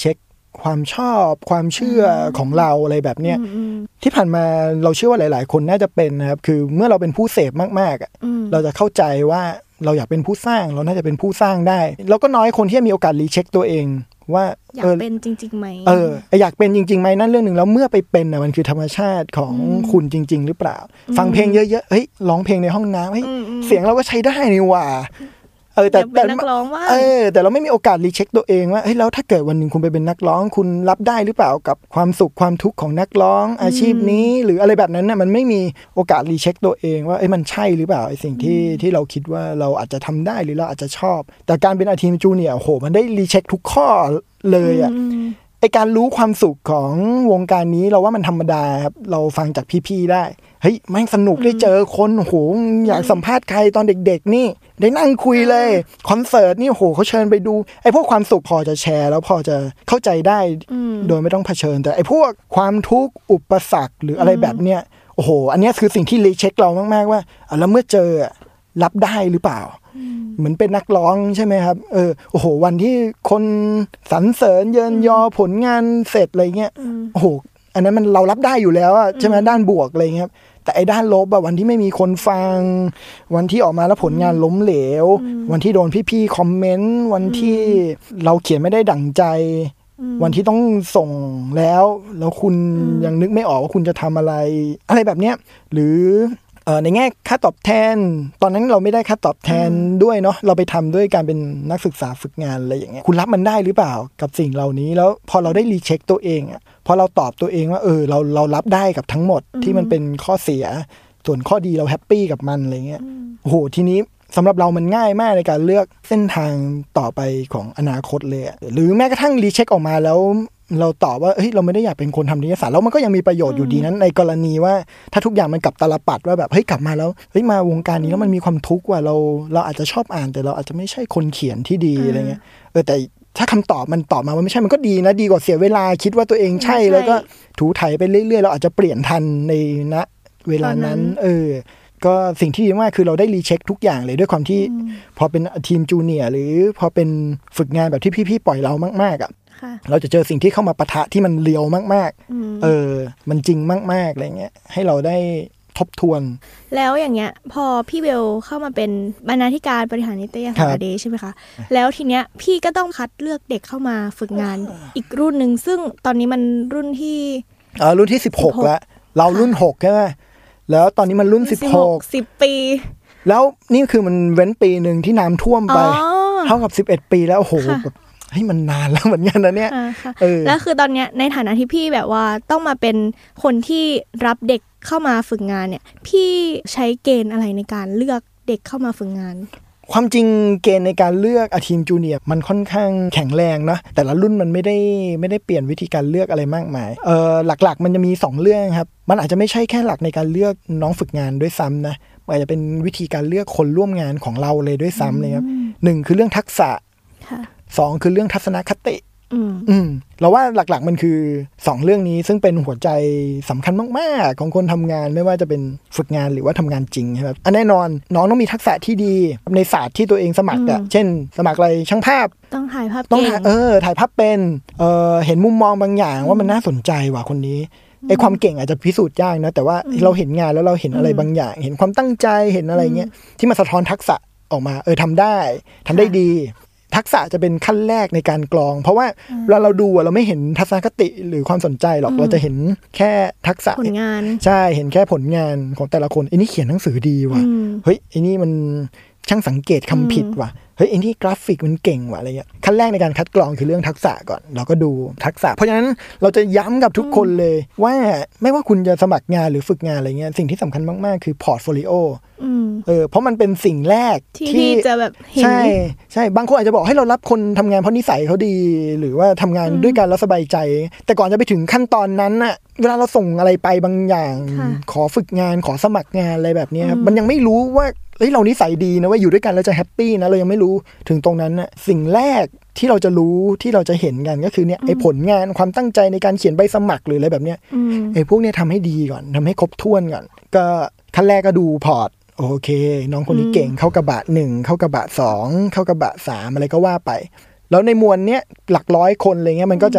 ความชอบความเชื่อของเราอะไรแบบเนี้ยที่ผ่านมาเราเชื่อว่าหลายๆคนน่าจะเป็นนะครับคือเมื่อเราเป็นผู้เสพมากๆอ่ะเราจะเข้าใจว่าเราอยากเป็นผู้สร้างเราน่าจะเป็นผู้สร้างได้แล้วก็น้อยคนที่จะมีโอกาสรีเช็คตัวเองว่าอยากเป็นจริงๆไหมเอออยากเป็นจริงๆไหมนั่นเรื่องหนึ่งแล้วเมื่อไปเป็นน่ะมันคือธรรมชาติของคุณจริงๆหรือเปล่าฟังเพลงเยอะๆเฮ้ยร้องเพลงในห้องน้ำเฮ้ยเสียงเราก็ใช้ได้นี่หว่าเออแต่แต่เออแต่เราไม่มีโอกาสรีเช็คตัวเองว่าเฮ้ยแล้วถ้าเกิดวันนึงคุณไปเป็นนักร้องคุณรับได้หรือเปล่ากับความสุขความทุกข์ของนักร้องอาชีพนี้หรืออะไรแบบนั้นน่ะมันไม่มีโอกาสรีเช็คตัวเองว่าเอ้ยมันใช่หรือเปล่าไอ้สิ่งที่ที่เราคิดว่าเราอาจจะทำได้หรือเราอาจจะชอบแต่การเป็นอาทีมจูเนียร์โหมันได้รีเช็คทุกข้อเลยอ่ะไอการรู้ความสุขของวงการนี้เราว่ามันธรรมดาครับเราฟังจากพี่ๆได้เฮ้ยแม่งสนุกได้เจอคนโหอยากสัมภาษณ์ใครตอนเด็กๆนี่ได้นั่งคุยเลยคอนเสิร์ตนี่โหเขาเชิญไปดูไอ้พวกความสุขพอจะแชร์แล้วพอจะเข้าใจได้โดยไม่ต้องเผชิญแต่ไอ้พวกความทุกข์อุปสรรคหรืออะไรแบบเนี้ยโอ้โหอันนี้คือสิ่งที่รีเช็คเรามากๆว่าแล้วเมื่อเจอรับได้หรือเปล่าเหมือนเป็นนักร้องใช่ไหมครับเออโอ้โหวันที่คนสรรเสริญเยินยอผลงานเสร็จอะไรเงี้ยโอ้โหอันนั้นมันเรารับได้อยู่แล้วอะใช่ไหมด้านบวกอะไรเงี้ยแต่ไอ้ด้านลบอะวันที่ไม่มีคนฟังวันที่ออกมาแล้วผลงานล้มเหลววันที่โดนพี่ๆคอมเมนต์วันที่เราเขียนไม่ได้ดั่งใจวันที่ต้องส่งแล้วแล้วคุณยังนึกไม่ออกว่าคุณจะทำอะไรอะไรแบบเนี้ยหรือในแง่ค่าตอบแทนตอนนั้นเราไม่ได้ค่าตอบแทนด้วยเนาะเราไปทำด้วยการเป็นนักศึกษาฝึกงานอะไรอย่างเงี้ยคุณรับมันได้หรือเปล่ากับสิ่งเหล่านี้แล้วพอเราได้รีเช็คตัวเองอ่ะพอเราตอบตัวเองว่าเออเราเรารับได้กับทั้งหมดที่มันเป็นข้อเสียส่วนข้อดีเราแฮปปี้กับมันอะไรเงี้ยโอ้โหทีนี้สำหรับเรามันง่ายมากในการเลือกเส้นทางต่อไปของอนาคตเลยหรือแม้กระทั่งรีเช็คออกมาแล้วเราตอบว่าเฮ้ยเราไม่ได้อยากเป็นคนทำนิตยสารแล้วมันก็ยังมีประโยชน์อยู่ดีนั้นในกรณีว่าถ้าทุกอย่างมันกลับตาลปัดว่าแบบเฮ้ยกลับมาแล้วเฮ้ยมาวงการนี้แล้วมันมีความทุกข์ว่ะเราเราอาจจะชอบอ่านแต่เราอาจจะไม่ใช่คนเขียนที่ดีอะไรเงี้ยเออแต่ถ้าคำตอบมันตอบมาว่าไม่ใช่มันก็ดีนะดีกว่าเสียเวลาคิดว่าตัวเองใช่แล้วก็ถูไถไปเรื่อยๆเราอาจจะเปลี่ยนทันในณเวลานั้นเออก็สิ่งที่ดีมากคือเราได้รีเช็คทุกอย่างเลยด้วยความที่พอเป็นทีมจูเนียร์หรือพอเป็นฝึกงานแบบที่พี่ๆปล่อยเรามากๆอ่ะเราจะเจอสิ่งที่เข้ามาปะทะที่มันเลียวมากๆเออมันจริงมากๆอะไรเงี้ยให้เราได้ทบทวนแล้วอย่างเงี้ยพอพี่เบลเข้ามาเป็นบรรณาธิการบริหารนิตยสารเดย์ใช่ไหมคะแล้วทีเนี้ยพี่ก็ต้องคัดเลือกเด็กเข้ามาฝึกงานอีกรุ่นนึงซึ่งตอนนี้มันรุ่นที่เออรุ่นที่สิบหกแล้วเรารุ่นหกใช่ไหมแล้วตอนนี้มันรุ่นสิบหกสิบปีแล้วนี่คือมันเว้นปีนึงที่น้ำท่วมไปเท่ากับสิบเอ็ดปีแล้วโอ้โหแบบเฮ้ยมันนานแล้วเหมือนกันนะเนี่ยเออแล้วคือตอนเนี้ยในฐานะที่พี่แบบว่าต้องมาเป็นคนที่รับเด็กเข้ามาฝึกงานเนี่ยพี่ใช้เกณฑ์อะไรในการเลือกเด็กเข้ามาฝึกงานความจริงเกณฑ์ในการเลือกอาทีมจูเนียร์มันค่อนข้างแข็งแรงนะแต่ละรุ่นมันไม่ได้ไม่ได้เปลี่ยนวิธีการเลือกอะไรมากมายเออหลักๆมันจะมีสองเรื่องครับมันอาจจะไม่ใช่แค่หลักในการเลือกน้องฝึกงานด้วยซ้ำนะอาจจะเป็นวิธีการเลือกคนร่วมงานของเราเลยด้วยซ้ำเลยครับหนึ่งคือเรื่องทักษะสองคือเรื่องทัศนคติอืมเราว่าหลักๆมันคือสองเรื่องนี้ซึ่งเป็นหัวใจสำคัญมากๆของคนทำงานไม่ว่าจะเป็นฝึกงานหรือว่าทำงานจริงครับอันแน่นอนน้องต้องมีทักษะที่ดีในศาสตร์ที่ตัวเองสมัครอ่ะเช่นสมัครอะไรช่างภาพต้องถ่ายภาพต้องเออถ่ายภาพเป็นเออเห็นมุมมองบางอย่างว่ามันน่าสนใจว่ะคนนี้ไอ้ความเก่งอาจจะพิสูจน์ยากนะแต่ว่าเราเห็นงานแล้วเราเห็นอะไรบางอย่างเห็นความตั้งใจเห็นอะไรเงี้ยที่มาสะท้อนทักษะออกมาเออทำได้ทำได้ดีทักษะจะเป็นขั้นแรกในการกรองเพราะว่าเวลาเราดูเราไม่เห็นทัศนคติหรือความสนใจหรอกเราจะเห็นแค่ทักษะผลงานใช่เห็นแค่ผลงานของแต่ละคนไอ้นี่เขียนหนังสือดีว่ะเฮ้ยไอ้นี่มันช่างสังเกตคำผิดว่ะเฮ้ยไอ้นี่กราฟิกมันเก่งว่ะอะไรเงี้ยขั้นแรกในการคัดกรองคือเรื่องทักษะก่อนเราก็ดูทักษะเพราะฉะนั้นเราจะย้ำกับทุกคนเลยว่าไม่ว่าคุณจะสมัครงานหรือฝึกงานอะไรเงี้ยสิ่งที่สำคัญมากๆคือพอร์ตโฟลิโอเออเพราะมันเป็นสิ่งแรกที่จะแบบเห็นใช่ใช่บางคนอาจจะบอกให้เรารับคนทำงานเพราะนิสัยเขาดีหรือว่าทำงานด้วยกันแล้วสบายใจแต่ก่อนจะไปถึงขั้นตอนนั้นน่ะเวลาเราส่งอะไรไปบางอย่างขอฝึกงานขอสมัครงานอะไรแบบนี้ครับมันยังไม่รู้ว่าเฮ้ยเรานิสัยดีนะว่าอยู่ด้วยกันแล้วจะแฮปปี้นะเรายังไม่รู้ถึงตรงนั้นน่ะสิ่งแรกที่เราจะรู้ที่เราจะเห็นกันก็คือเนี่ยไอ้ผลงานความตั้งใจในการเขียนใบสมัครหรืออะไรแบบเนี้ยไอ้พวกเนี้ยทำให้ดีก่อนทำให้ครบถ้วนก่อนก็ขั้นแรกก็ดูพอร์ตโอเคน้องคนนี้เก่งเข้ากระบะหนึ่งเข้ากระบะสองเข้ากระบะสามอะไรก็ว่าไปแล้วในมวลเนี้ยหลักร้อยคนอะไรเงี้ยมันก็จะ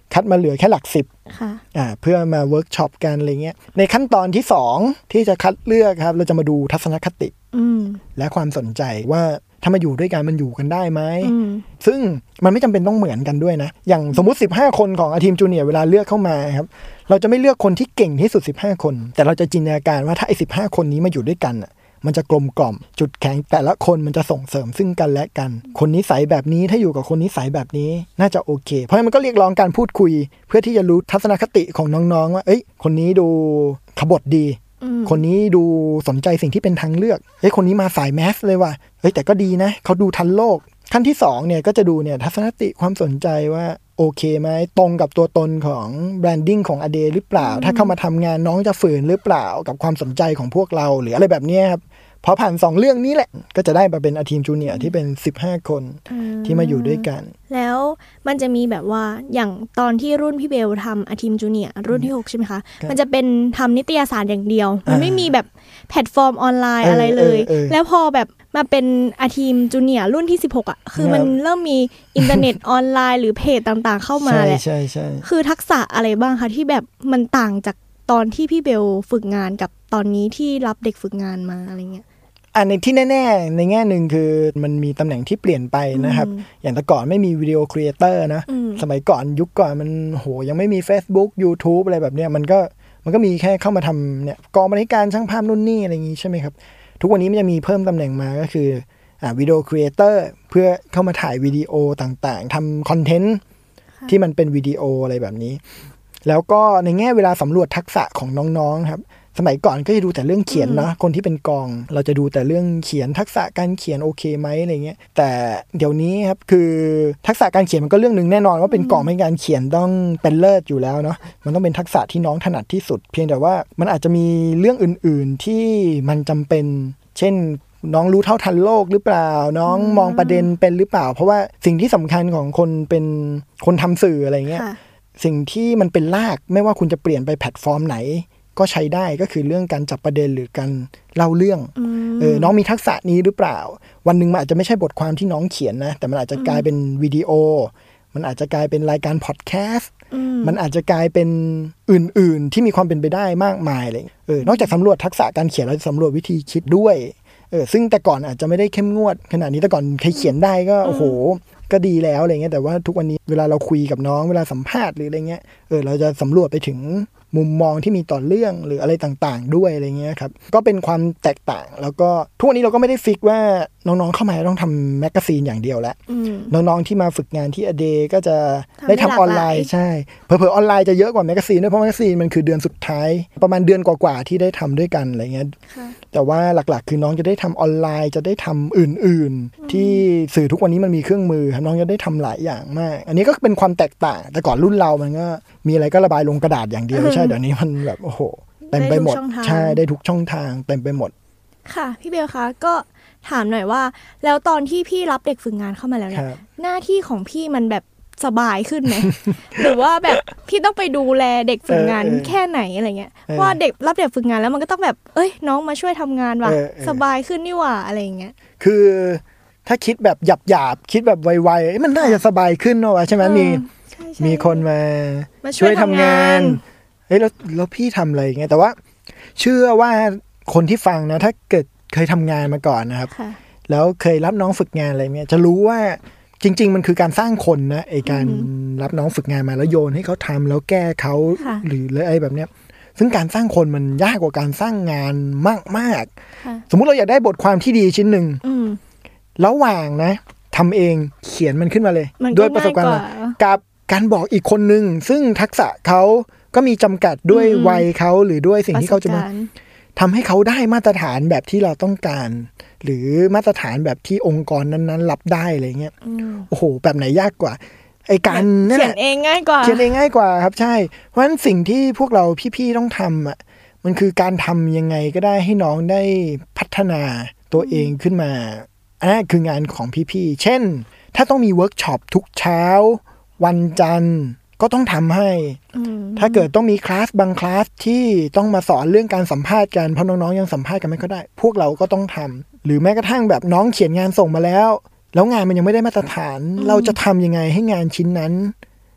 คัดมาเหลือแค่หลักสิบค่ะอ่าเพื่อมาเวิร์กช็อปกันอะไรเงี้ยในขั้นตอนที่สองที่จะคัดเลือกครับเราจะมาดูทัศนคติและความสนใจว่าถ้ามาอยู่ด้วยกันมันอยู่กันได้ไหมซึ่งมันไม่จำเป็นต้องเหมือนกันด้วยนะอย่างสมมุติสิบห้าคนของทีมจูเนียร์เวลาเลือกเข้ามาครับเราจะไม่เลือกคนที่เก่งที่สุดสิบห้าคนแต่เราจะจินตนาการว่าถ้าไอ้สิบห้าคนนี้มาอยู่ด้วยกันอ่ะมันจะกลมกล่อมจุดแข็งแต่ละคนมันจะส่งเสริมซึ่งกันและกันคนนิสัยแบบนี้ถ้าอยู่กับคนนิสัยแบบนี้น่าจะโอเคเพราะฉะนั้นมันก็เรียกร้องการพูดคุยเพื่อที่จะรู้ทัศนคติของน้องๆว่าเอ้ยคนนี้ดูขบถดีคนนี้ดูสนใจสิ่งที่เป็นทางเลือกเฮ้ยคนนี้มาสายแมสเลยว่ะเฮ้ยแต่ก็ดีนะเขาดูทันโลกขั้นที่สองเนี่ยก็จะดูเนี่ยทัศนคติความสนใจว่าโอเคไหมตรงกับตัวตนของแบรนดิ้งของอเดหรือเปล่าถ้าเข้ามาทำงานน้องจะฝืนหรือเปล่ากับความสนใจของพวกเราหรืออะไรแบบนี้ครับพอผ่านสองเรื่องนี้แหละก็จะได้มาเป็นทีมจูเนียร์ที่เป็นสิบห้าคนที่มาอยู่ด้วยกันแล้วมันจะมีแบบว่าอย่างตอนที่รุ่นพี่เบลทำทีมจูเนียร์รุ่นที่หกใช่ไหมคะมันจะเป็นทำนิตยสารอย่างเดียวมันไม่มีแบบแพลตฟอร์มออนไลน์อะไรเลยแล้วพอแบบมาเป็นทีมจูเนียร์รุ่นที่สิบหกอ่ะคือมันเริ่มมีอินเทอร์เน็ตออนไลน์หรือเพจต่างๆเข้ามาแหละคือทักษะอะไรบ้างคะที่แบบมันต่างจากตอนที่พี่เบลฝึกงานกับตอนนี้ที่รับเด็กฝึกงานมาอะไรเงี้ยอันในที่แน่ๆในแง่หนึ่งคือมันมีตำแหน่งที่เปลี่ยนไปนะครับอย่างแต่ก่อนไม่มีวิดีโอครีเอเตอร์นะสมัยก่อนยุคก่อนมันโหยังไม่มี Facebook YouTube อะไรแบบเนี้ยมันก็มันก็มีแค่เข้ามาทำเนี่ยกองบริการช่างภาพนู่นนี่อะไรอย่างงี้ใช่ไหมครับทุกวันนี้มันจะมีเพิ่มตำแหน่งมาก็คืออ่าวิดีโอครีเอเตอร์เพื่อเข้ามาถ่ายวิดีโอต่างๆทำคอนเทนต์ที่มันเป็นวิดีโออะไรแบบนี้แล้วก็ในแง่เวลาสำรวจทักษะของน้องๆครับสมัยก่อนก็จะดูแต่เรื่องเขียนนะคนที่เป็นกองเราจะดูแต่เรื่องเขียนทักษะการเขียนโอเคไหมอะไรเงี้ยแต่เดี๋ยวนี้ครับคือทักษะการเขียนมันก็เรื่องนึงแน่นอนว่าเป็นกองเป็นการเขียนต้องเป็นเลิศอยู่แล้วเนาะมันต้องเป็นทักษะที่น้องถนัดที่สุดเพียงแต่ว่ามันอาจจะมีเรื่องอื่นๆที่มันจำเป็นเช่นน้องรู้เท่าทันโลกหรือเปล่าน้องมองประเด็นเป็นหรือเปล่าเพราะว่าสิ่งที่สำคัญของคนเป็นคนทำสื่ออะไรเงี้ยสิ่งที่มันเป็นรากไม่ว่าคุณจะเปลี่ยนไปแพลตฟอร์มไหนก็ใช้ได้ก็คือเรื่องการจับประเด็นหรือการเล่าเรื่องเออน้องมีทักษะนี้หรือเปล่าวันหนึ่งมันอาจจะไม่ใช่บทความที่น้องเขียนนะแต่มันอาจจะกลายเป็นวิดีโอมันอาจจะกลายเป็นรายการพอดแคสต์มันอาจจะกลายเป็นอื่นๆที่มีความเป็นไปได้มากมายเลยเออนอกจากสำรวจทักษะการเขียนเราจะสำรวจวิธีคิดด้วยเออซึ่งแต่ก่อนอาจจะไม่ได้เข้มงวดขนาดนี้แต่ก่อนใครเขียนได้ก็โอ้โหก็ดีแล้วอะไรเงี้ยแต่ว่าทุกวันนี้เวลาเราคุยกับน้องเวลาสัมภาษณ์หรืออะไรเงี้ยเออเราจะสำรวจไปถึงมุมมองที่มีต่อเรื่องหรืออะไรต่างๆด้วยอะไรเงี้ยครับก็เป็นความแตกต่างแล้วก็ทุกวันนี้เราก็ไม่ได้ฟิกว่าน้องๆเข้ามาต้องทำแมกกาซีนอย่างเดียวแล้วน้องๆที่มาฝึกงานที่อเดก็จะได้ทำออนไลน์ใช่เผลอๆออนไลน์จะเยอะกว่าแมกกาซีนด้วยเพราะแมกกาซีนมันคือเดือนสุดท้ายประมาณเดือนกว่าๆที่ได้ทำด้วยกันอะไรเงี้ยแต่ว่าหลักๆคือน้องจะได้ทำออนไลน์จะได้ทำอื่นๆที่สื่อทุกวันนี้มันมีเครื่องมือครับน้องจะได้ทำหลายอย่างมากอันนี้ก็เป็นความแตกต่างแต่ก่อนรุ่นเรามันก็มีอะไรก็ระบายลงกระดาษอย่างเดียวใช่เดี๋ยวนี้มันแบบโอ้โหเต็มไปหมดใช่ได้ทุกช่องทางเต็มไปหมดค่ะพี่เบลคะก็ถามหน่อยว่าแล้วตอนที่พี่รับเด็กฝึกงานเข้ามาแล้วเนี่ยหน้าที่ของพี่มันแบบสบายขึ้นไหม หรือว่าแบบพี่ต้องไปดูแลเด็กฝึกงานแค่ไหนอะไรเงี้ยเพราะว่าเด็กรับเด็กฝึกงานแล้วมันก็ต้องแบบเอ้ยน้องมาช่วยทำงานว่ะสบายขึ้นนี่หว่าอะไรเงี้ยคือถ้าคิดแบบหยาบๆคิดแบบไวๆมันน่าจะสบายขึ้นเนอะใช่ไหมมีมีคนมาช่วยทำงานเฮ้ยแล้วแล้วพี่ทำอะไรอย่างเงี้ยแต่ว่าเชื่อว่าคนที่ฟังนะถ้าเกิดเคยทำงานมาก่อนนะครับแล้วเคยรับน้องฝึกงานอะไรเงี้ยจะรู้ว่าจริงๆมันคือการสร้างคนนะไอการรับน้องฝึกงานมาแล้วโยนให้เขาทำแล้วแก้เขาหรืออะไรแบบเนี้ยซึ่งการสร้างคนมันยากกว่าการสร้างงานมากๆสมมุติเราอยากได้บทความที่ดีชิ้นหนึ่งระหว่างนะทำเองเขียนมันขึ้นมาเลยด้วยประสบการณ์กับการบอกอีกคนนึงซึ่งทักษะเขาก็มีจำกัดด้วยวัยเขาหรือด้วยสิ่งที่เขาจะมาทำให้เขาได้มาตรฐานแบบที่เราต้องการหรือมาตรฐานแบบที่องค์กรนั้นๆรับได้อะไรเงี้ยโอ้โหแบบไหนยากกว่าไอ้การเขียนเองง่ายกว่าเขียนเองง่ายกว่าครับใช่เพราะฉะนั้นสิ่งที่พวกเราพี่ๆต้องทำอ่ะมันคือการทำยังไงก็ได้ให้น้องได้พัฒนาตัวเองขึ้นมาอันนั้นคืองานของพี่ๆเช่นถ้าต้องมีเวิร์กช็อปทุกเช้าวันจันทร์ก็ต้องทำให้ถ้าเกิดต้องมีคลาสบางคลาสที่ต้องมาสอนเรื่องการสัมภาษณ์กันเพราะน้องๆยังสัมภาษณ์กันไม่ค่อยได้พวกเราก็ต้องทำหรือแม้กระทั่งแบบน้องเขียนงานส่งมาแล้วแล้วงานมันยังไม่ได้มาตรฐานเราจะทำยังไงให้งานชิ้นนั้น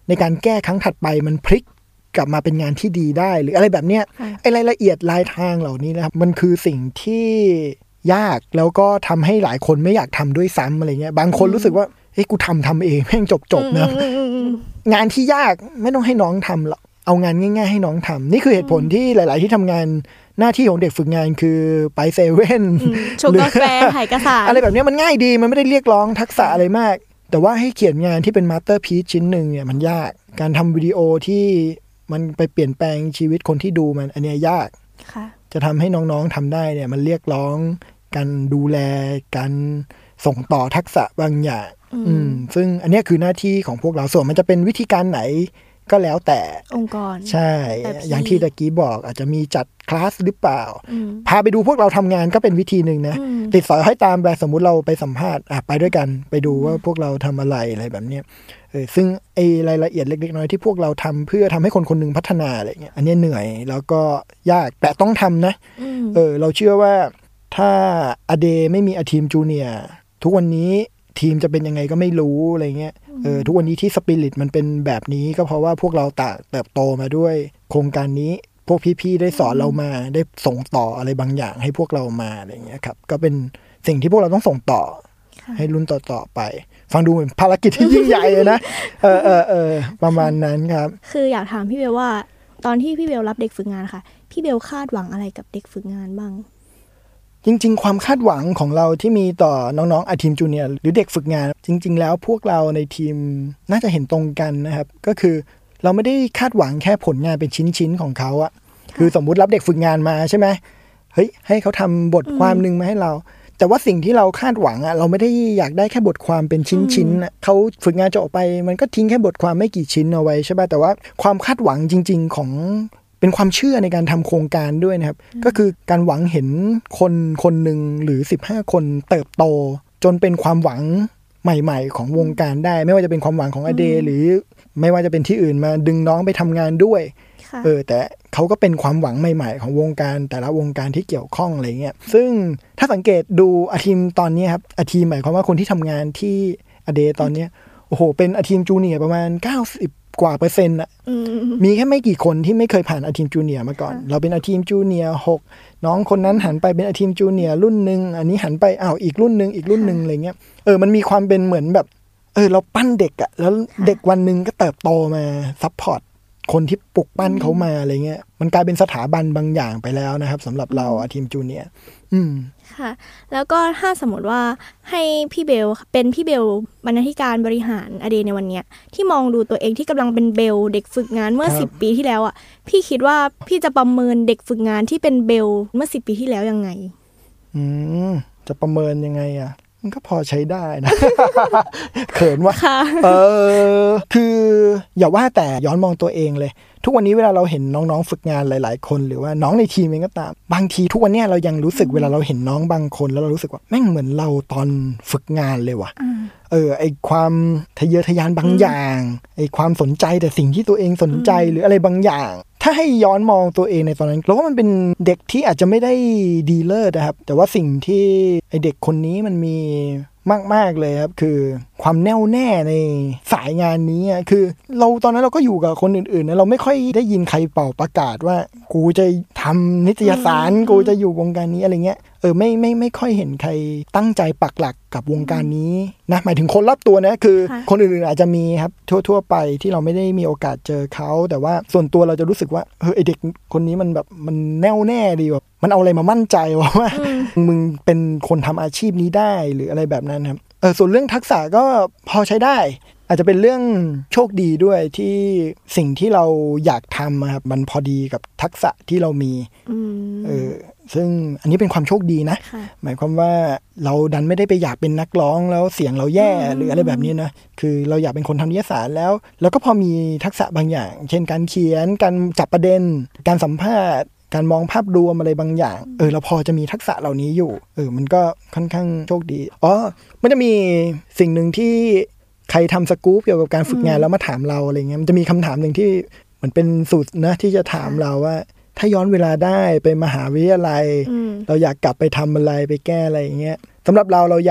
ในการแก้ครั้งถัดไปมันพลิกกลับมาเป็นงานที่ดีได้หรืออะไรแบบเนี้ยไอ้รายละเอียดรายทางเหล่านี้นะครับมันคือสิ่งที่ยากแล้วก็ทำให้หลายคนไม่อยากทำด้วยซ้ำอะไรเงี้ยบางคนรู้สึกว่าเฮ้ยกูทำทำเองแม่งจบๆนะงานที่ยากไม่ต้องให้น้องทำหรอกเอางานง่ายๆให้น้องทำนี่คือเหตุผลที่หลายๆที่ทำงานหน้าที่ของเด็กฝึกงานคือไปเซเว่นชงกาแฟถ่ายเอกสารอะไรแบบนี้มันง่ายดีมันไม่ได้เรียกร้องทักษะอะไรมากแต่ว่าให้เขียนงานที่เป็นมาสเตอร์พีซชิ้นหนึ่งเนี่ยมันยากการทำวิดีโอที่มันไปเปลี่ยนแปลงชีวิตคนที่ดูมันอันนี้ยากจะทำให้น้องๆทำได้เนี่ยมันเรียกร้องการดูแลการส่งต่อทักษะบางอย่างอืมซึ่งอันนี้คือหน้าที่ของพวกเราส่วนมันจะเป็นวิธีการไหนก็แล้วแต่องค์กรใช่อย่างที่ตะกี้บอกอาจจะมีจัดคลาสหรือเปล่าพาไปดูพวกเราทำงานก็เป็นวิธีหนึ่งนะติดสอยให้ตามแบบสมมุติเราไปสัมภาษณ์อ่ะไปด้วยกันไปดูว่าพวกเราทำอะไรอะไรแบบเนี้ยเออซึ่งไอ้รายละเอียดเล็กๆน้อยที่พวกเราทำเพื่อทำให้คนคนนึงพัฒนาอะไรเงี้ยอันนี้เหนื่อยแล้วก็ยากแต่ต้องทำนะเออเราเชื่อว่าถ้าอเดไม่มีอาทีมจูเนียร์ทุกวันนี้ทีมจะเป็นยังไงก็ไม่รู้อะไรเงี้ยเออทุกวันนี้ที่สปิริตมันเป็นแบบนี้ก็เพราะว่าพวกเราต่างเติบโตมาด้วยโครงการนี้พวกพี่ๆได้สอนเรามาได้ส่งต่ออะไรบางอย่างให้พวกเรามาอะไรเงี้ยครับก็เป็นสิ่งที่พวกเราต้องส่งต่อให้รุ่นต่อๆไปฟังดูเหมือนภารกิจที่ยิ่งใหญ่เลยนะเออเออเออประมาณนั้นครับคืออยากถามพี่เบลว่าตอนที่พี่เบลรับเด็กฝึกงานค่ะพี่เบลคาดหวังอะไรกับเด็กฝึกงานบ้างจริงๆความคาดหวังของเราที่มีต่อน้องๆอาทีมจูเนียร์หรือเด็กฝึกงานจริงๆแล้วพวกเราในทีมน่าจะเห็นตรงกันนะครับก็คือเราไม่ได้คาดหวังแค่ผลงานเป็นชิ้นๆของเขาอะคือสมมุติรับเด็กฝึกงานมาใช่ไหมเฮ้ยให้เขาทำบทความนึงมาให้เราแต่ว่าสิ่งที่เราคาดหวังอะเราไม่ได้อยากได้แค่บทความเป็นชิ้นๆเขาฝึกงานจะออกไปมันก็ทิ้งแค่บทความไม่กี่ชิ้นเอาไว้ใช่ป่ะแต่ว่าความคาดหวังจริงๆของเป็นความเชื่อในการทำโครงการด้วยนะครับก็คือการหวังเห็นคนคนหนึ่งหรือสิบห้าคนเติบโตจนเป็นความหวังใหม่ๆของวงการได้ไม่ว่าจะเป็นความหวังของอเดหรือไม่ว่าจะเป็นที่อื่นมาดึงน้องไปทำงานด้วยเออแต่เขาก็เป็นความหวังใหม่ๆของวงการแต่ละวงการที่เกี่ยวข้องอะไรเงี้ยซึ่งถ้าสังเกตดูอาทีมตอนนี้ครับอาทีมหมายความว่าคนที่ทำงานที่อเดตอนนี้โอ้โหเป็นอาทีมจูเนียร์ประมาณเก้าสิบกว่าเปอร์เซ็นต์อะมีแค่ไม่กี่คนที่ไม่เคยผ่านอาทีมจูเนียร์มาก่อนเราเป็นอาทีมจูเนียร์หกน้องคนนั้นหันไปเป็นอาทีมจูเนียร์รุ่นนึงอันนี้หันไปอ้าวอีกรุ่นนึงอีกรุ่นนึงอะไรเงี้ยเออมันมีความเป็นเหมือนแบบเออเราปั้นเด็กอะแล้วเด็กวันนึงก็เติบโตมาซัพพอร์ตคนที่ปลุกปั้นเขามาอะไรเงี้ยมันกลายเป็นสถาบันบางอย่างไปแล้วนะครับสำหรับเราอาทีมจูเนียร์อืมค่ะแล้วก็ถ้าสมมติว่าให้พี่เบลเป็นพี่เบลบรรณาธิการบริหารอเดในวันนี้ที่มองดูตัวเองที่กำลังเป็นเบลเด็กฝึกงานเมื่อสิบปีที่แล้วอ่ะพี่คิดว่าพี่จะประเมินเด็กฝึกงานที่เป็นเบลเมื่อสิบปีที่แล้วยังไงอืมจะประเมินยังไงอ่ะมันก็พอใช้ได้นะ เขินว่ะเออคืออย่าว่าแต่ย้อนมองตัวเองเลยทุกวันนี้เวลาเราเห็นน้องๆฝึกงานหลายๆคนหรือว่าน้องในทีมเองก็ตามบางทีทุกวันนี้เรายังรู้สึกเวลาเราเห็นน้องบางคนแล้วเรารู้สึกว่าแม่งเหมือนเราตอนฝึกงานเลยว่ะเออไอความทะเยอทะยานบางอย่างไอความสนใจแต่สิ่งที่ตัวเองสนใจหรืออะไรบางอย่างถ้าให้ย้อนมองตัวเองในตอนนั้นเราว่ามันเป็นเด็กที่อาจจะไม่ได้ดีเลิศนะครับแต่ว่าสิ่งที่ไอเด็กคนนี้มันมีมากๆเลยครับคือความแน่วแน่ในสายงานนี้คือเราตอนนั้นเราก็อยู่กับคนอื่นๆนะเราไม่ค่อยได้ยินใครเป่าประกาศว่ากูจะทำนิตยสารกูจะอยู่วงการนี้อะไรเงี้ยเออไม่ไม่ไม่ค่อยเห็นใครตั้งใจปักหลักกับวงการนี้นะหมายถึงคนรอบตัวนะคือคนอื่นๆอาจจะมีครับทั่วๆไปที่เราไม่ได้มีโอกาสเจอเขาแต่ว่าส่วนตัวเราจะรู้สึกว่าเออไอเด็กคนนี้มันแบบมันแน่วแน่ดีแบบมันเอาอะไรมามั่นใจว่าว่ามึงเป็นคนทำอาชีพนี้ได้หรืออะไรแบบนั้นครับเออส่วนเรื่องทักษะก็พอใช้ได้อาจจะเป็นเรื่องโชคดีด้วยที่สิ่งที่เราอยากทำครับมันพอดีกับทักษะที่เรามีเออซึ่งอันนี้เป็นความโชคดีนะหมายความว่าเราดันไม่ได้ไปอยากเป็นนักร้องแล้วเสียงเราแย่หรืออะไรแบบนี้นะคือเราอยากเป็นคนทำนิตยสารแล้วแล้วก็พอมีทักษะบางอย่างเช่นการเขียนการจับประเด็นการสัมภาษณ์การมองภาพรวมอะไรบางอย่างเออเราพอจะมีทักษะเหล่านี้อยู่เออมันก็ค่อนข้างโชคดีอ๋อมันจะมีสิ่งหนึ่งที่ใครทำสกู๊ปเกี่ยวกับการฝึกงานแล้วมาถามเราอะไรเงี้ยมันจะมีคำถามหนึ่งที่เหมือนเป็นสูตรนะที่จะถามเราว่าถ้าย้อนเวลาได้ไปมหาวิทยาลัยเราอยากกลับไปทำอะไรไปแก้อะไรอย่างเงี้ยสำหรับเราเราอยาก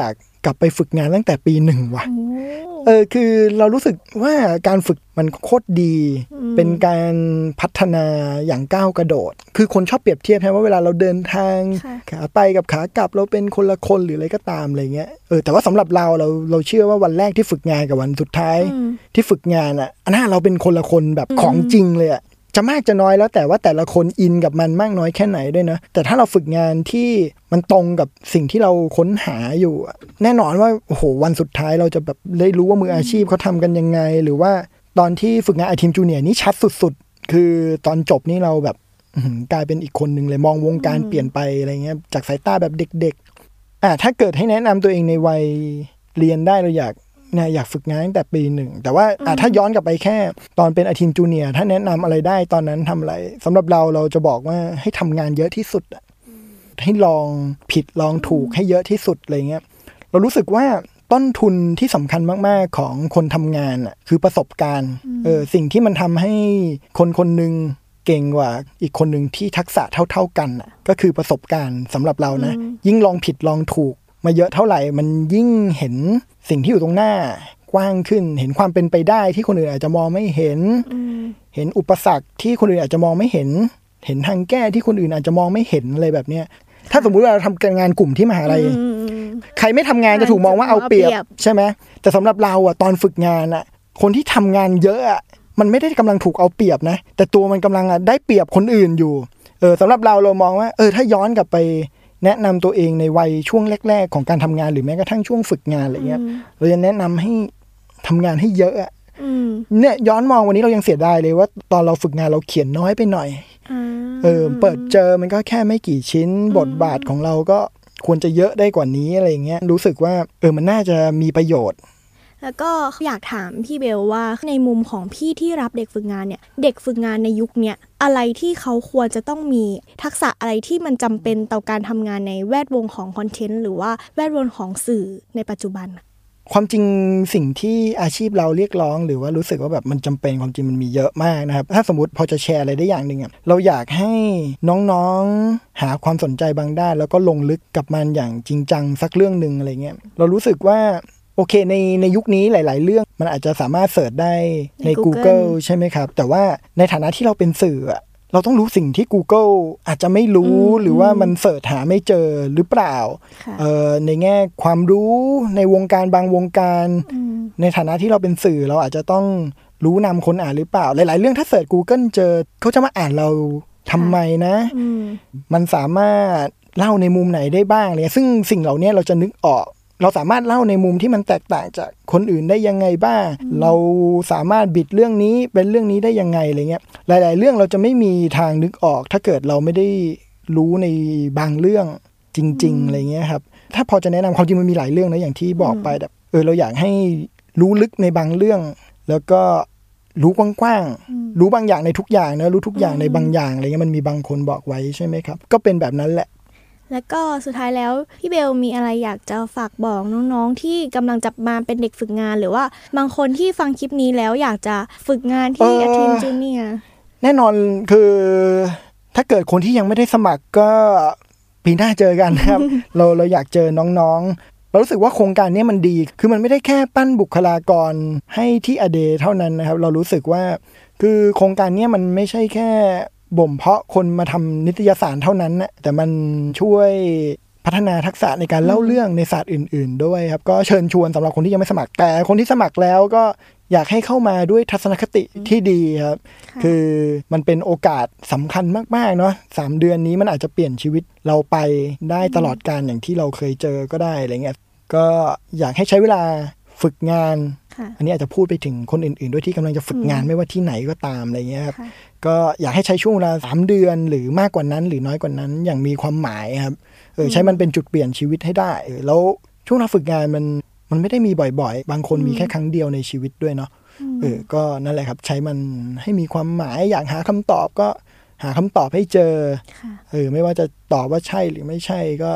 กลับไปฝึกงานตั้งแต่ปีหนึ่งว่ะเออคือเรารู้สึกว่าการฝึกมันโคตรดีเป็นการพัฒนาอย่างก้าวกระโดดคือคนชอบเปรียบเทียบใช่ไหมว่าเวลาเราเดินทางขาไปกับขากลับเราเป็นคนละคนหรืออะไรก็ตามอะไรเงี้ยเออแต่ว่าสำหรับเราเราเราเชื่อว่าวันแรกที่ฝึกงานกับวันสุดท้ายที่ฝึกงานอ่ะอันนั้นเราเป็นคนละคนแบบของจริงเลยอ่ะจะมากจะน้อยแล้วแต่ว่าแต่ละคนอินกับมันมากน้อยแค่ไหนด้วยนะแต่ถ้าเราฝึกงานที่มันตรงกับสิ่งที่เราค้นหาอยู่แน่นอนว่าโอ้โหวันสุดท้ายเราจะแบบได้รู้ว่ามืออาชีพเขาทำกันยังไงหรือว่าตอนที่ฝึกงานไอทีมจูเนียร์นี่ชัดสุดๆคือตอนจบนี่เราแบบกลายเป็นอีกคนนึงเลยมองวงการเปลี่ยนไปอะไรเงี้ยจากสายตาแบบเด็กๆอ่ะถ้าเกิดให้แนะนำตัวเองในวัยเรียนได้เราอยากนะอยากฝึกงานตั้งแต่ปีหนึ่งแต่ว่าถ้าย้อนกลับไปแค่ตอนเป็นไอทีมจูเนียร์ถ้าแนะนำอะไรได้ตอนนั้นทำอะไรสำหรับเราเราจะบอกว่าให้ทำงานเยอะที่สุดให้ลองผิดลองถูกให้เยอะที่สุดอะไรเงี้ยเรารู้สึกว่าต้นทุนที่สำคัญมากๆของคนทำงานอ่ะคือประสบการณ์เออสิ่งที่มันทำให้คนคนหนึ่งเก่งกว่าอีกคนหนึ่งที่ทักษะเท่าๆกันอ่ะก็คือประสบการณ์สำหรับเรานะยิ่งลองผิดลองถูกมาเยอะเท่าไหร่มันยิ่งเห็นสิ่งที่อยู่ตรงหน้ากว้างขึ้นเห็นความเป็นไปได้ที่คนอื่นอาจจะมองไม่เห็นเห็นอุปสรรคที่คนอื่นอาจจะมองไม่เห็นเห็นทางแก้ที่คนอื่นอาจจะมองไม่เห็นอะไรแบบเนี้ยถ้าสมมุติว่าเราทำงานกลุ่มที่มหาลัยใครไม่ทำงานจะถูกมองว่าเอาเปรียบใช่ไหมแต่สำหรับเราอ่ะตอนฝึกงานอ่ะคนที่ทำงานเยอะอ่ะมันไม่ได้กำลังถูกเอาเปรียบนะแต่ตัวมันกำลังได้เปรียบคนอื่นอยู่เออสำหรับเราเรามองว่าเออถ้าย้อนกลับไปแนะนำตัวเองในวัยช่วงแรกๆของการทำงานหรือแม้กระทั่งช่วงฝึกงานอะไรเงี้ยเราจะแนะนำให้ทำงานให้เยอะอ่ะเนี่ยย้อนมองวันนี้เรายังเสียดายเลยว่าตอนเราฝึกงานเราเขียนน้อยไปหน่อยเออเปิดเจอมันก็แค่ไม่กี่ชิ้นบทบาทของเราก็ควรจะเยอะได้กว่านี้อะไรเงี้ยรู้สึกว่าเออมันน่าจะมีประโยชน์แล้วก็อยากถามพี่เบลว่าในมุมของพี่ที่รับเด็กฝึกงานเนี่ยเด็กฝึกงานในยุคเนี้ยอะไรที่เขาควรจะต้องมีทักษะอะไรที่มันจำเป็นต่อการทำงานในแวดวงของคอนเทนต์หรือว่าแวดวงของสื่อในปัจจุบันความจริงสิ่งที่อาชีพเราเรียกร้องหรือว่ารู้สึกว่าแบบมันจำเป็นความจริงมันมีเยอะมากนะครับถ้าสมมติพอจะแชร์อะไรได้อย่างหนึ่งอ่ะเราอยากให้น้องๆหาความสนใจบางด้านแล้วก็ลงลึกกับมันอย่างจริงจังสักเรื่องนึงอะไรเงี้ยเรารู้สึกว่าโอเคในในยุคนี้หลายๆเรื่องมันอาจจะสามารถเสิร์ชได้ใน Google ใช่ไหมครับแต่ว่าในฐานะที่เราเป็นสื่ออ่ะเราต้องรู้สิ่งที่ Google อาจจะไม่รู้หรือว่ามันเสิร์ชหาไม่เจอหรือเปล่าเอ่อในแง่ความรู้ในวงการบางวงการในฐานะที่เราเป็นสื่อเราอาจจะต้องรู้นำคนอ่านหรือเปล่าหลายๆเรื่องถ้าเสิร์ช Google เจอเขาจะมาอ่านเราทำไมนะมันสามารถเล่าในมุมไหนได้บ้างเลยซึ่งสิ่งเหล่านี้เราจะนึกออกเราสามารถเล่าในมุมที่มันแตกต่างจากคนอื่นได้ยังไงบ้างเราสามารถบิดเรื่องนี้เป็นเรื่องนี้ได้ยังไงอะไรเงี้ยหลายๆเรื่องเราจะไม่มีทางนึกออกถ้าเกิดเราไม่ได้รู้ในบางเรื่องจริงๆอะไรเงี้ยครับถ้าพอจะแนะนำความจริงมันมีหลายเรื่องนะอย่างที่บอกไปแบบเออเราอยากให้รู้ลึกในบางเรื่องแล้วก็รู้กว้างๆรู้บางอย่างในทุกอย่างนะรู้ทุกอย่างในบางอย่างอะไรเงี้ยมันมีบางคนบอกไว้ใช่ไหมครับก็เป็นแบบนั้นแหละแล้วก็สุดท้ายแล้วพี่เบลมีอะไรอยากจะฝากบอกน้องๆที่กำลังจะมาเป็นเด็กฝึกงานหรือว่าบางคนที่ฟังคลิปนี้แล้วอยากจะฝึกงานที่อาทีมจูเนียร์แน่นอนคือถ้าเกิดคนที่ยังไม่ได้สมัครก็ปีหน้าเจอกันนะครับ เราเราอยากเจอน้องๆเรารู้สึกว่าโครงการนี้มันดีคือมันไม่ได้แค่ปั้นบุคลากรให้ที่อเดเท่านั้นนะครับเรารู้สึกว่าคือโครงการนี้มันไม่ใช่แค่บ่มเพาะคนมาทำนิตยสารเท่านั้นนะแต่มันช่วยพัฒนาทักษะในการเล่าเรื่องในศาสตร์อื่นๆด้วยครับก็เชิญชวนสำหรับคนที่ยังไม่สมัครแต่คนที่สมัครแล้วก็อยากให้เข้ามาด้วยทัศนคติที่ดีครับคือมันเป็นโอกาสสำคัญมากๆเนาะสามเดือนนี้มันอาจจะเปลี่ยนชีวิตเราไปได้ตลอดกาลอย่างที่เราเคยเจอก็ได้อะไรเงี้ยก็อยากให้ใช้เวลาฝึกงานอันนี้อาจจะพูดไปถึงคนอื่นๆด้วยที่กำลังจะฝึกงานไม่ว่าที่ไหนก็ตามอะไรเงี้ยครับก็อยากให้ใช้ช่วงเวลาสามเดือนหรือมากกว่านั้นหรือน้อยกว่านั้นอย่างมีความหมายครับเออใช้มันเป็นจุดเปลี่ยนชีวิตให้ได้เออแล้วช่วงเราฝึกงานมันมันไม่ได้มีบ่อยๆบางคนมีแค่ครั้งเดียวในชีวิตด้วยเนาะเออก็นั่นแหละครับใช้มันให้มีความหมายอยากหาคำตอบก็หาคำตอบให้เจอเออไม่ว่าจะตอบว่าใช่หรือไม่ใช่ก็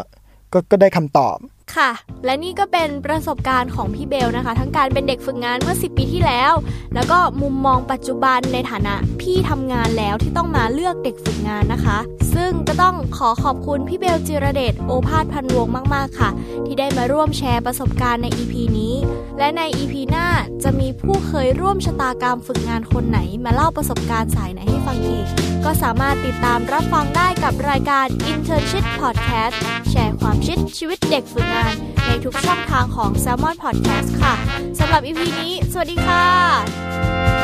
ก็ก็ได้คำตอบค่ะและนี่ก็เป็นประสบการณ์ของพี่เบลนะคะทั้งการเป็นเด็กฝึกงานเมื่อสิบปีที่แล้วแล้วก็มุมมองปัจจุบันในฐานะพี่ทำงานแล้วที่ต้องมาเลือกเด็กฝึกงานนะคะซึ่งก็ต้องขอขอบคุณพี่เบลจิรเดชโอภาสพันวงศ์มากๆค่ะที่ได้มาร่วมแชร์ประสบการณ์ใน อี พี นี้และใน อี พี หน้าจะมีผู้เคยร่วมชะตากรรมฝึกงานคนไหนมาเล่าประสบการณ์สายไหนให้ฟังอีกก็สามารถติดตามรับฟังได้กับรายการ Internship Podcast แชร์ความคิดชีวิตเด็กฝึกงานในทุกช่องทางของ Salmon Podcast ค่ะสำหรับ อี พี นี้สวัสดีค่ะ